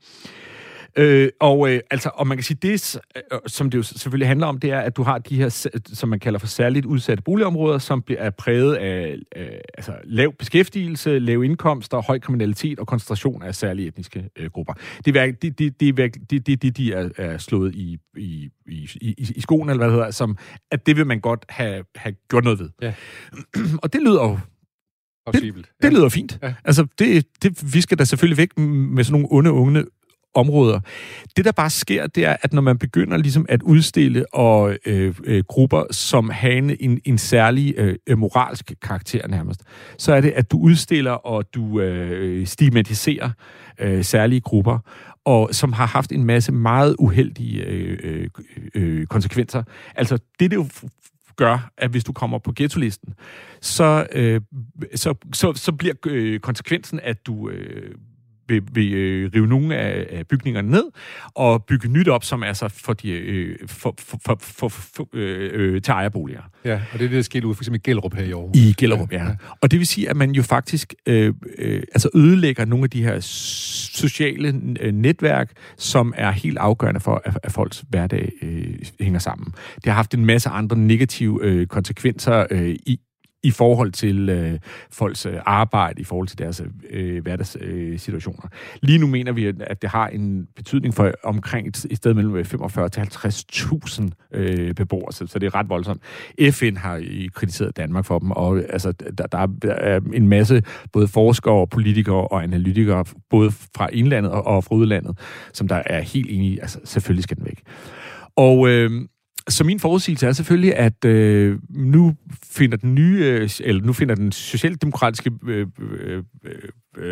Og man kan sige, det, som det jo selvfølgelig handler om, det er, at du har de her, som man kalder for særligt udsatte boligområder, som er præget af lav beskæftigelse, lav indkomster, høj kriminalitet og koncentration af særlige etniske grupper. Det er de er slået i skoen, eller hvad det hedder, som, at det vil man godt have gjort noget ved. Ja. Og det lyder jo det lyder fint. Ja. Altså, vi skal da selvfølgelig væk med sådan nogle onde områder. Det, der bare sker, det er, at når man begynder ligesom at udstille grupper, som har en særlig moralsk karakter nærmest, så er det, at du udstiller og du stigmatiserer særlige grupper, og som har haft en masse meget uheldige konsekvenser. Altså, det jo gør, at hvis du kommer på ghetto-listen, så bliver konsekvensen, at du vil rive nogle af bygningerne ned og bygge nyt op, som er så for til ejerboliger. Ja, og det er det, der sker ud for eksempel i Gellerup her i år. I Gellerup, ja. Og det vil sige, at man jo faktisk ødelægger nogle af de her sociale netværk, som er helt afgørende for, at folks hverdag hænger sammen. Det har haft en masse andre negative konsekvenser i forhold til folks arbejde, i forhold til deres hverdagssituationer. Lige nu mener vi, at det har en betydning for omkring et sted mellem 45 til 50.000 beboere, så det er ret voldsomt. FN har kritiseret Danmark for dem, og altså, der er en masse både forskere, politikere og analytikere, både fra indlandet og fra udlandet, som der er helt enige, altså selvfølgelig skal den væk. Og så min forudsigelse er selvfølgelig, at nu finder den socialdemokratiske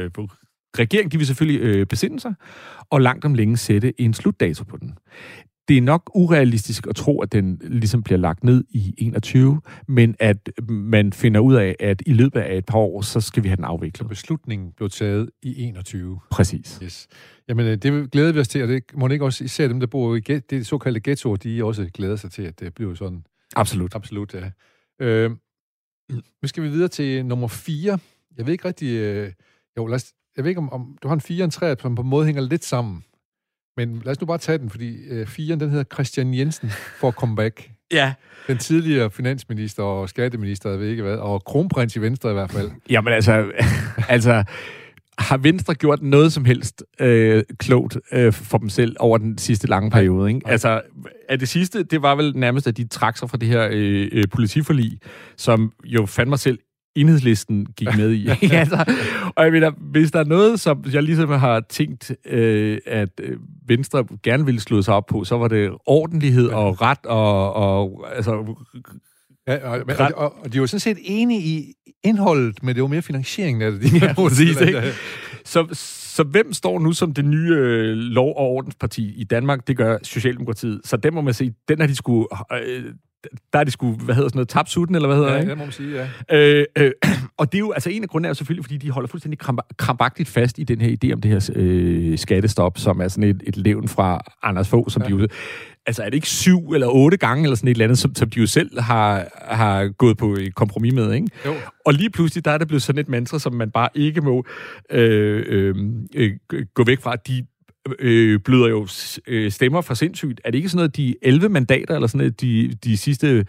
regering, de vil selvfølgelig besinde sig, og langt om længe sætte en slutdato på den. det er nok urealistisk at tro, at den ligesom bliver lagt ned i 21, men at man finder ud af, at i løbet af et par år, så skal vi have den afviklet. Så beslutningen blev taget i 21. Præcis. Yes. Jamen, det glæder vi os til, og det må ikke også især dem, der bor i det såkaldte ghettoer, de også glæder sig til, at det bliver sådan. Absolut. Absolut, ja. Nu skal vi videre til nummer 4. Jeg ved ikke rigtig... jeg ved ikke, om du har en 4 og en 3, som på en måde hænger lidt sammen. Men lad os nu bare tage den, fordi 4'eren, den hedder Christian Jensen for comeback. Ja. Den tidligere finansminister og skatteminister, jeg ved ikke hvad, og kronprins i Venstre i hvert fald. Jamen altså har Venstre gjort noget som helst klogt for dem selv over den sidste lange periode, ikke? Altså, at det sidste, det var vel nærmest, at de trak sig fra det her politiforlig, som jo fandt mig selv Enhedslisten gik med i. Altså, og jeg mener, hvis der er noget, som jeg ligesom har tænkt, at Venstre gerne ville slå sig op på, så var det ordentlighed og ret og altså... Ja, og de var sådan set enige i indholdet, men det var mere finansieringen af det. Ja, præcis, ikke? Så hvem står nu som det nye lov- og ordensparti i Danmark? Det gør Socialdemokratiet. Så den må man sige, den har de skulle... der er de sgu, tabt sutten, eller hvad hedder det? Ja, det må man sige, ja. Og det er jo, altså en af grundene er jo selvfølgelig, fordi de holder fuldstændig krampagtigt fast i den her idé om det her skattestop, som er sådan et levn fra Anders Fogh, som de jo... Altså er det ikke 7 eller 8 gange, eller sådan et eller andet, som de jo selv har gået på et kompromis med, ikke? Jo. Og lige pludselig, der er der blevet sådan et mantra, som man bare ikke må gå væk fra. De bløder jo stemmer for sindssygt. Er det ikke sådan noget, de 11 mandater, eller sådan noget, de sidste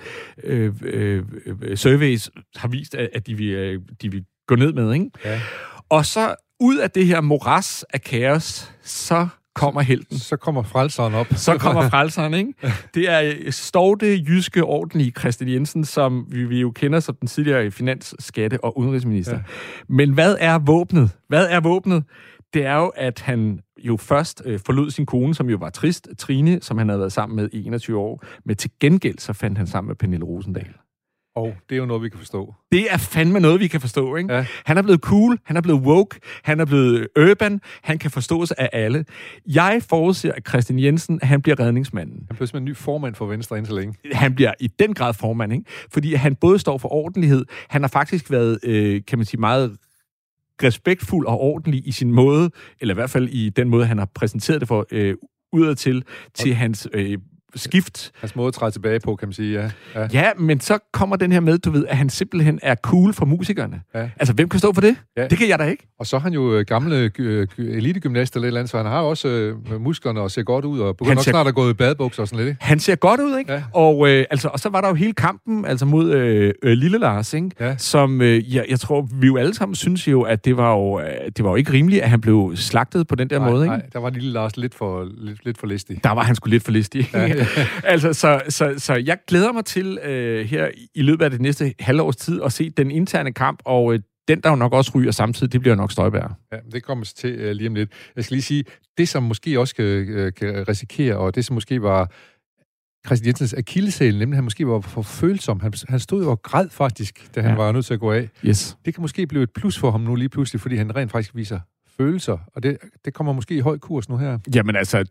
surveys har vist, at de vil gå ned med, ikke? Ja. Og så ud af det her moras af kaos, så kommer helten. Så kommer frelseren op. Så kommer frelseren, ikke? Det er stovte, jyske, ordentlige Christian Jensen, som vi jo kender som den tidligere finans-, skatte- og udenrigsminister. Ja. Men hvad er våbnet? Det er jo, at han jo først forlod sin kone, som jo var trist, Trine, som han havde været sammen med i 21 år. Men til gengæld, så fandt han sammen med Pernille Rosendahl. Og det er jo noget, vi kan forstå. Det er fandme noget, vi kan forstå, ikke? Ja. Han er blevet cool, han er blevet woke, han er blevet urban, han kan forstås af alle. Jeg forudser, at Christian Jensen, han bliver redningsmanden. Han bliver simpelthen en ny formand for Venstre indtil længe. Han bliver i den grad formand, ikke? Fordi han både står for ordentlighed, han har faktisk været, kan man sige, meget respektfuld og ordentlig i sin måde, eller i hvert fald i den måde, han har præsenteret det for udadtil til hans skift. Hans måde at træde tilbage på, kan man sige, ja. Ja, men så kommer den her med, du ved, at han simpelthen er cool for musikerne. Ja. Altså, hvem kan stå for det? Ja. Det kan jeg da ikke. Og så er han jo gamle elitegymnast eller et eller andet, så han har også musklerne og ser godt ud, og begynder nok snart at gå i badebukser og sådan lidt. Han ser godt ud, ikke? Ja. Og så var der jo hele kampen, altså mod Lille Lars, ikke? Ja. Som, jeg tror, vi jo alle sammen synes jo, at det var jo ikke rimeligt, at han blev slagtet på den der måde, ikke? Nej, der var Lille Lars lidt for listig. Der var han sgu lidt for listig. Ja. Altså, så jeg glæder mig til her i løbet af det næste halvårs tid at se den interne kamp, og den, der jo nok også ryger samtidig, det bliver nok Støjberg. Ja, det kommer til lige om lidt. Jeg skal lige sige, det som måske også kan risikere, og det som måske var Christian Jensens akilleshæl, nemlig han måske var for følsom. Han stod jo og græd faktisk, da han var nødt til at gå af. Yes. Det kan måske blive et plus for ham nu lige pludselig, fordi han rent faktisk viser følelser, og det kommer måske i høj kurs nu her. Jamen altså,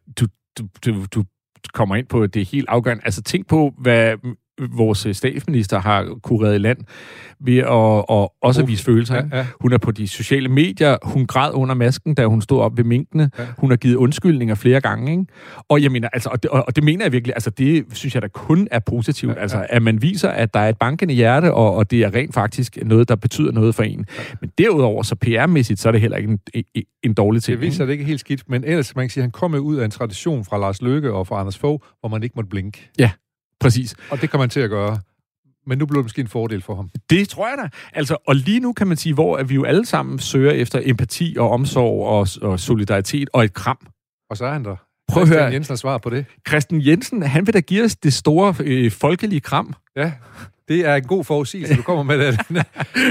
du kommer ind på, det er helt afgørende. Altså tænk på, hvad vores statsminister har kureret i land ved at også vise følelser. Ja, ja. Hun er på de sociale medier, hun græd under masken, da hun stod op ved minkene. Ja. Hun har givet undskyldninger flere gange, ikke? Og jeg mener, altså, og det mener jeg virkelig, altså det synes jeg da kun er positivt, altså at man viser, at der er et bankende hjerte, og det er rent faktisk noget, der betyder noget for en. Ja. Men derudover, så PR-mæssigt, så er det heller ikke en dårlig ting. Det viser det ikke helt skidt, men ellers man kan sige, at han kommer ud af en tradition fra Lars Løkke og fra Anders Fogh, hvor man ikke måtte blinke. Ja. Præcis. Og det kan man til at gøre. Men nu bliver det måske en fordel for ham. Det tror jeg da. Altså, og lige nu kan man sige, hvor vi jo alle sammen søger efter empati og omsorg og solidaritet og et kram. Og så er han der. Prøv at høre. Christian Jensen har svar på det. Christian Jensen, han vil da give os det store folkelige kram. Ja, det er en god forudsigelse, du kommer med det.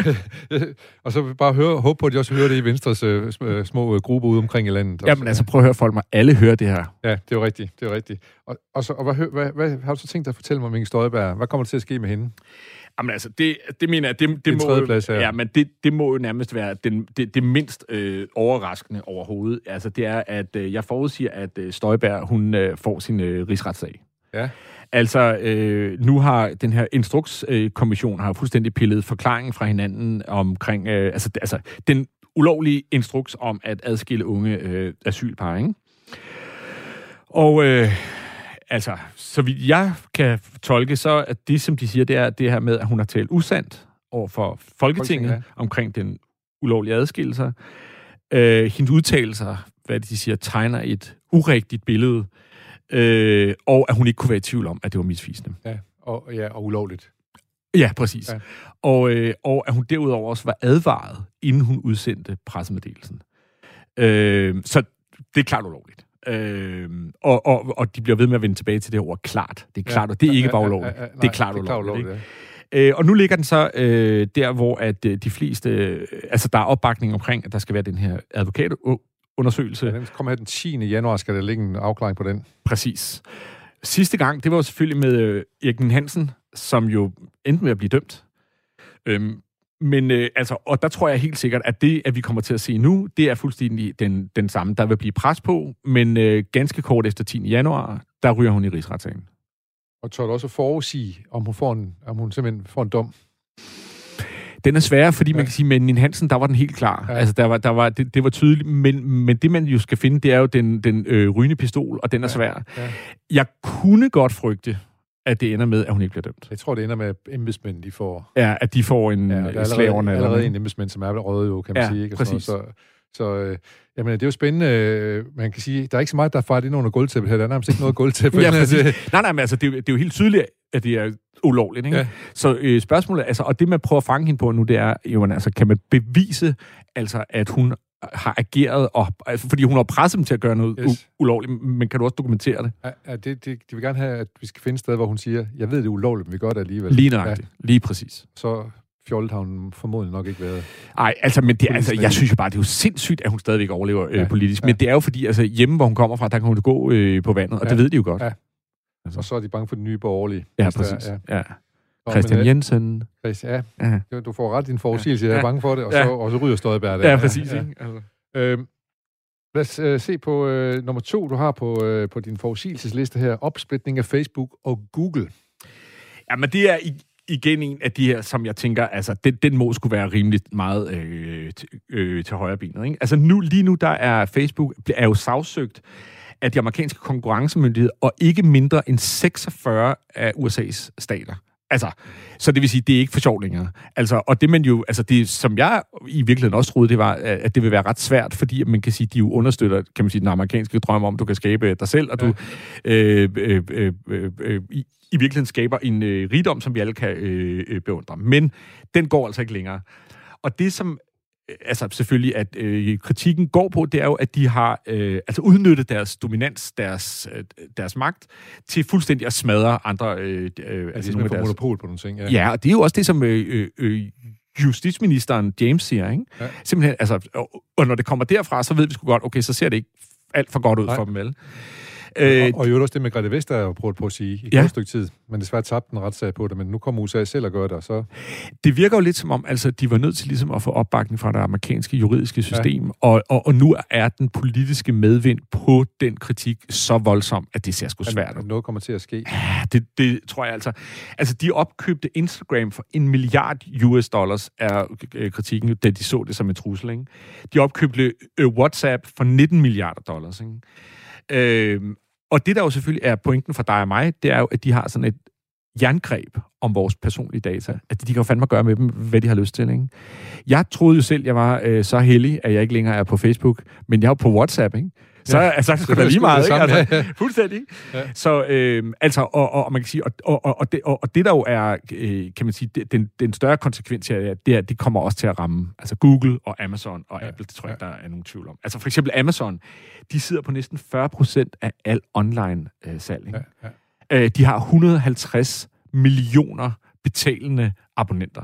Og så bare håbe på, at de også hører det i Venstres små grupper ude omkring i landet. Jamen altså, prøv at høre, folk må alle høre det her. Ja, det er jo rigtigt. Og hvad har du så tænkt dig at fortælle mig om Inger Støjberg? Hvad kommer der til at ske med hende? Jamen altså, det mener jeg, det må jo, ja, men det må jo nærmest være det mindst overraskende overhovedet. Altså, det er, at jeg forudsiger, at Støjberg, hun får sin rigsretssag. Ja. Altså, nu har den her instrukskommission har fuldstændig pillet forklaringen fra hinanden omkring, altså den ulovlige instruks om at adskille unge asylpar, ikke? Og altså, så vidt jeg kan tolke, så at det, som de siger, det er det her med, at hun har talt usandt over for Folketinget omkring den ulovlige adskillelser. Hendes udtalelser, hvad de siger, tegner et urigtigt billede, og at hun ikke kunne være i tvivl om, at det var misvisende. Ja, og ulovligt. Ja, præcis. Ja. Og at hun derudover også var advaret, inden hun udsendte pressemeddelelsen. Så det er klart ulovligt. Og de bliver ved med at vende tilbage til det ord klart. Det er klart, og det er ikke bare ulovligt. Det er klart ulovligt. Og nu ligger den så der, hvor at de fleste... altså, der er opbakning omkring, at der skal være den her advokatundersøgelse. Ja, den kommer her den 10. januar, skal der ligge en afklaring på den. Præcis. Sidste gang, det var jo selvfølgelig med Erik Ninn-Hansen, som jo endte med at blive dømt. Men altså, og der tror jeg helt sikkert, at det, at vi kommer til at se nu, det er fuldstændig den samme. Der vil blive pres på, men ganske kort efter 10. januar, der ryger hun i rigsretssagen. Og tør du også forudsige, om hun simpelthen får en dom? Den er sværere, fordi man kan sige, med Ninn-Hansen, der var den helt klar. Ja. Altså, det var tydeligt, men det, man jo skal finde, det er jo den rygende pistol, og den er svær. Ja. Jeg kunne godt frygte, at det ender med, at hun ikke bliver dømt. Jeg tror, det ender med, at embedsmænd, de får... Ja, at de får en slaverne. Allerede en embedsmænd, som er røde jo, kan man sige. Ikke? Præcis. Så jamen, det er jo spændende. Man kan sige, der er ikke så meget, der er fejret ind under gulvtæppet her. Der er nærmest ikke noget gulvtæppe. Ja, nej, men altså, det er jo helt tydeligt, at det er ulovligt, ikke? Ja. Så spørgsmålet, altså, og det man prøver at fange hende på nu, det er, jo, altså, kan man bevise, altså, at hun har ageret, altså, fordi hun har presset dem til at gøre noget ulovligt, men kan du også dokumentere det? Ja, de vil gerne have, at vi skal finde et sted, hvor hun siger, jeg ved, det er ulovligt, men vi gør det alligevel. Lige nøjagtigt. Ja. Lige præcis. Så fjollet har hun formodentlig nok ikke været. Nej, altså, men det, altså, jeg synes jo bare, det er jo sindssygt, at hun stadigvæk overlever politisk. Men det er jo fordi, altså, hjemme, hvor hun kommer fra, der kan hun gå på vandet, og det ved de jo godt. Ja. Altså. Og så er de bange for de nye borgerlige. Ja, præcis. Ja. Christian Jensen. Ja, du får ret i din forudsigelse, jeg er bange for det, og så ryger Støjberg der. Ja, præcis. Ja. Altså. Lad os se på nummer 2, du har på din forudsigelsesliste her. Opsplitning af Facebook og Google. Ja, men det er igen en af de her, som jeg tænker, altså, den må skulle være rimeligt meget til højre benet, ikke? Altså, lige nu, der er Facebook er jo sagsøgt af de amerikanske konkurrencemyndigheder, og ikke mindre end 46 af USA's stater. Altså, så det vil sige, det er ikke for sjov længere. Altså, og det man jo, altså det, som jeg i virkeligheden også troede, det var, at det vil være ret svært, fordi man kan sige, de jo understøtter, kan man sige, den amerikanske drøm om, du kan skabe dig selv, og du i virkeligheden skaber en rigdom, som vi alle kan beundre. Men den går altså ikke længere. Og det, som altså selvfølgelig, at kritikken går på, det er jo, at de har altså udnyttet deres dominans, deres magt, til fuldstændig at smadre andre... altså nogle af deres monopol på nogle ting. Ja, og det er jo også det, som justitsministeren James siger, ikke? Ja. Simpelthen, altså, og når det kommer derfra, så ved vi sgu godt, okay, så ser det ikke alt for godt ud for dem, vel? Og jo også det med Grete Vestager har prøvet på at sige i et stykke tid. Men desværre tabte en retssag på det, men nu kommer USA selv og gør det, og så... Det virker jo lidt som om, altså, de var nødt til ligesom at få opbakning fra det amerikanske juridiske system, og nu er den politiske medvind på den kritik så voldsom, at det ser sgu svært ud. Noget kommer til at ske. Ja, det tror jeg altså. Altså, de opkøbte Instagram for $1 milliard er kritikken, da de så det som en trussel, ikke? De opkøbte WhatsApp for $19 milliarder, ikke? Og det, der jo selvfølgelig er pointen for dig og mig, det er jo, at de har sådan et jerngreb om vores personlige data. At de kan jo fandme gøre med dem, hvad de har lyst til, ikke? Jeg troede jo selv, jeg var så heldig, at jeg ikke længere er på Facebook, men jeg er jo på WhatsApp, ikke? Så altså, det er lige meget, ikke? Altså, fuldstændig. Ja. Så altså, og man kan sige, og det der jo er, kan man sige, den større konsekvens her, det er, at det kommer også til at ramme, altså Google og Amazon og Apple, det tror jeg, der er nogen tvivl om. Altså for eksempel Amazon, de sidder på næsten 40% af al online salg, ikke? Ja. De har 150 millioner betalende abonnenter.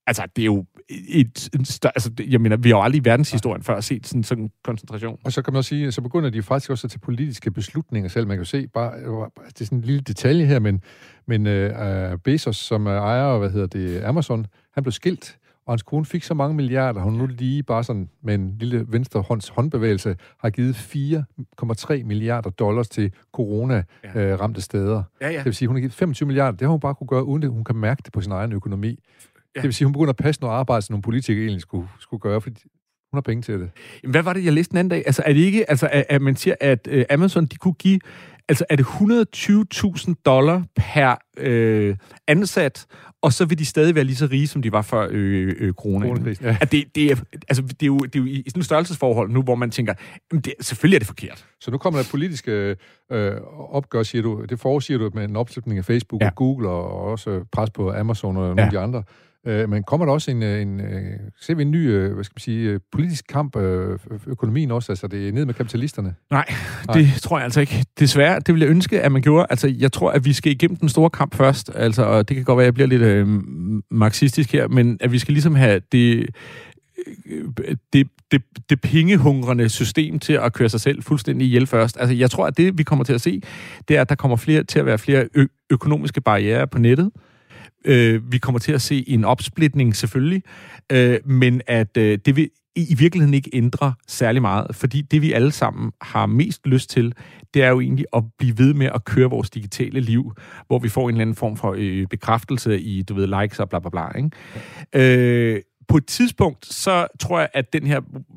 Altså, det er jo jeg mener, vi har jo aldrig i verdenshistorien før set sådan en koncentration. Og så kan man også sige, så begynder de faktisk også til politiske beslutninger selv. Man kan jo se, bare, det er sådan en lille detalje her, men Bezos, som er ejer, Amazon, han blev skilt, og hans kone fik så mange milliarder, hun nu lige bare sådan med en lille venstre håndbevægelse har givet $4,3 milliarder til corona-ramte steder. Ja. Det vil sige, hun har givet 25 milliarder. Det har hun bare kunne gøre, uden at hun kan mærke det på sin egen økonomi. Ja. Det vil sige, hun begynder at passe noget arbejde, som nogle politikere egentlig skulle gøre, fordi hun har penge til det. Jamen, hvad var det, jeg læste den anden dag? Altså, er det ikke, at man siger, at Amazon, de kunne give, altså, er det $120,000 per ansat, og så vil de stadig være lige så rige, som de var før corona. Ja. At det er jo i sådan et størrelsesforhold nu, hvor man tænker, selvfølgelig er det forkert. Så nu kommer der politiske opgør, siger du. Det forudsiger du med en opslutning af Facebook og Google, og også pres på Amazon og nogle af de andre. Men kommer der også ser vi en ny, politisk kamp, økonomien også? Altså, det er ned med kapitalisterne? Nej, det tror jeg altså ikke. Desværre, det ville jeg ønske, at man gjorde. Altså, jeg tror, at vi skal igennem den store kamp først. Altså, og det kan godt være, at jeg bliver lidt marxistisk her, men at vi skal ligesom have det pengehungrende system til at køre sig selv fuldstændig ihjel først. Altså, jeg tror, at det, vi kommer til at se, det er, at der kommer til at være flere økonomiske barrierer på nettet. Vi kommer til at se en opsplitning selvfølgelig, men at det vil i virkeligheden ikke ændre særlig meget, fordi det vi alle sammen har mest lyst til, det er jo egentlig at blive ved med at køre vores digitale liv, hvor vi får en eller anden form for bekræftelse i, likes og bla bla bla, ikke? På et tidspunkt, så tror jeg, at den her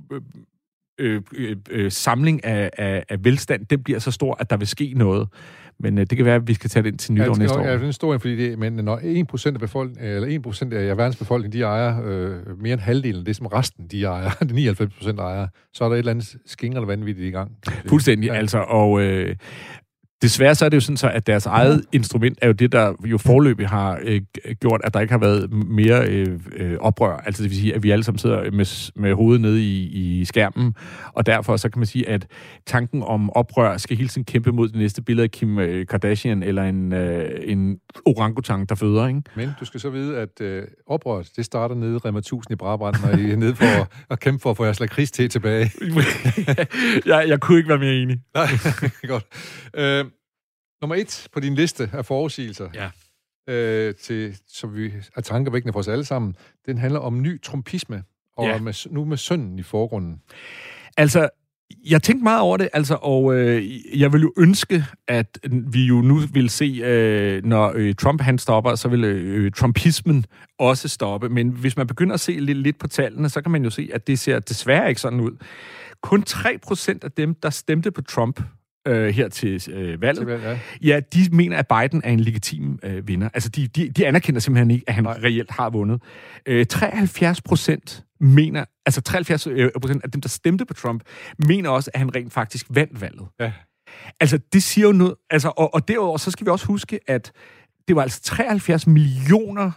samling af velstand, den bliver så stor, at der vil ske noget. Men det kan være, at vi skal tage det ind til nytår næste år. Ja, det er en stor, fordi men når 1% af befolkningen, eller 1% af verdens befolkning, de ejer mere end halvdelen af det, som resten de ejer, de 99% ejer, så er der et eller andet skingrende vanvittigt i gang. Fuldstændig, altså, og desværre så er det jo sådan så, at deres eget instrument er jo det, der jo foreløbig har gjort, at der ikke har været mere oprør. Altså det vil sige, at vi alle sammen sidder med hovedet nede i skærmen, og derfor så kan man sige, at tanken om oprør skal hele tiden kæmpe mod det næste billede af Kim Kardashian eller en orangutang, der føder, ikke? Men du skal så vide, at oprøret, det starter nede i Rema 1000 i Brabrand, og I er nede for at kæmpe for at få jeres lakridste tilbage. jeg kunne ikke være mere enig. Nej, godt. Nummer 1 på din liste af forudsigelser, som vi er tankevækkende for os alle sammen, den handler om ny trumpisme, og nu med sønnen i forgrunden. Altså, jeg tænkte meget over det, og jeg vil jo ønske, at vi jo nu vil se, når Trump han stopper, så vil trumpismen også stoppe. Men hvis man begynder at se lidt på tallene, så kan man jo se, at det ser desværre ikke sådan ud. Kun 3% af dem, der stemte på Trump her til valget, de mener, at Biden er en legitim vinder. Altså, de anerkender simpelthen ikke, at han reelt har vundet. 73% mener, altså 73% af dem, der stemte på Trump, mener også, at han rent faktisk vandt valget. Ja. Altså, det siger jo noget. Altså, og derudover, så skal vi også huske, at det var altså 73 millioner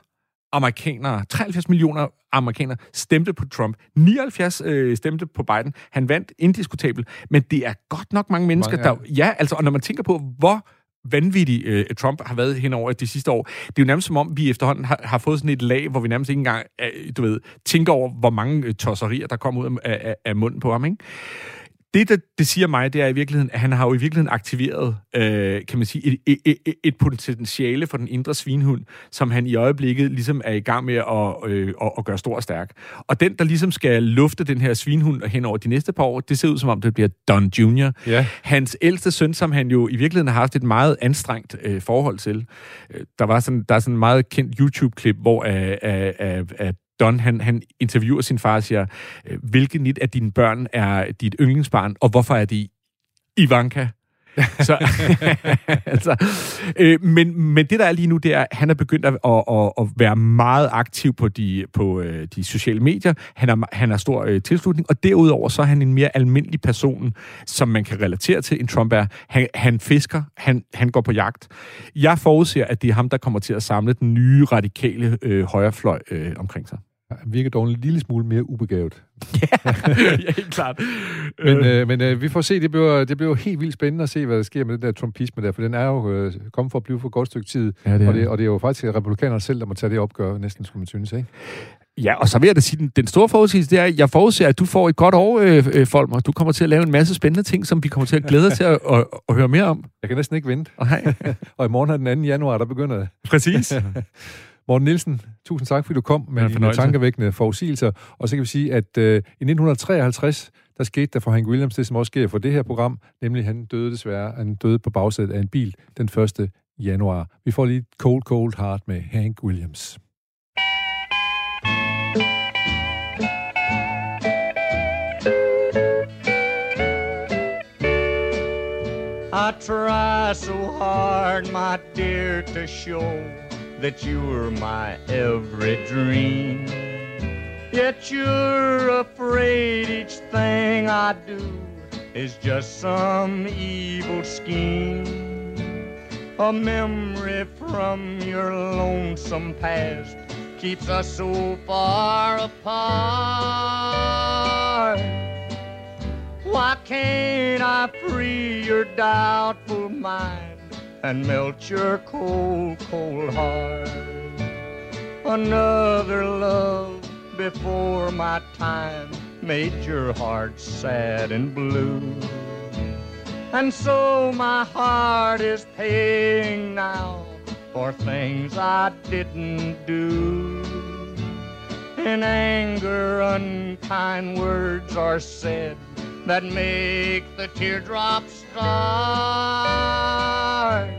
amerikanere stemte på Trump. 79 stemte på Biden. Han vandt indiskutabelt, men det er godt nok mange mennesker, der... Ja, altså, og når man tænker på, hvor vanvittig Trump har været hen over de sidste år, det er jo nærmest som om, vi efterhånden har fået sådan et lag, hvor vi nærmest ikke engang, tænker over, hvor mange tosserier, der kommer ud af munden på ham, ikke? Det siger mig, det er i virkeligheden, at han har jo i virkeligheden aktiveret, kan man sige, et potentiale for den indre svinhund, som han i øjeblikket ligesom er i gang med at gøre stor og stærk. Og den, der ligesom skal lufte den her svinhund hen over de næste par år, det ser ud som om, det bliver Don Jr. Yeah. Hans ældste søn, som han jo i virkeligheden har haft et meget anstrengt forhold til. Der er sådan en meget kendt YouTube-klip, hvor Don, han interviewer sin far og siger, hvilket af dine børn er dit yndlingsbarn, og hvorfor er det Ivanka? Så, altså, men det, der er lige nu, det er, at han er begyndt at være meget aktiv på de sociale medier. Han har stor tilslutning, og derudover så er han en mere almindelig person, som man kan relatere til, end Trump er. Han fisker, han går på jagt. Jeg forudser, at det er ham, der kommer til at samle den nye radikale højrefløj omkring sig. Han virker dog en lille smule mere ubegavet. Ja, helt klart. Men vi får se, det bliver helt vildt spændende at se, hvad der sker med den der trumpisme der, for den er jo kommet for at blive for et godt stykke tid, ja, og det er jo faktisk republikanerne selv, der må tage det opgør, næsten skulle man synes, ikke? Ja, og så vil jeg da sige, den store forudsigelse, det er, at jeg forudser, at du får et godt år, Folmer. Du kommer til at lave en masse spændende ting, som vi kommer til at glæde os til at høre mere om. Jeg kan næsten ikke vente. Okay. Og i morgen er den 2. januar, der begynder det. Præcis. Morten Nielsen, tusind tak, fordi du kom med dine tankevækkende forudsigelser. Og så kan vi sige, at i 1953, der skete der for Hank Williams det, som også sker for det her program, nemlig han døde desværre. Han døde på bagsædet af en bil den 1. januar. Vi får lige Cold Cold Heart med Hank Williams. I try so hard, my dear, to show that you're my every dream. Yet you're afraid each thing I do is just some evil scheme. A memory from your lonesome past keeps us so far apart. Why can't I free your doubtful mind and melt your cold, cold heart? Another love before my time made your heart sad and blue. And so my heart is paying now for things I didn't do. In anger, unkind words are said that make the teardrops start.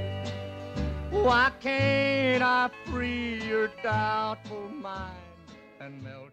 Why can't I free your doubtful mind and melt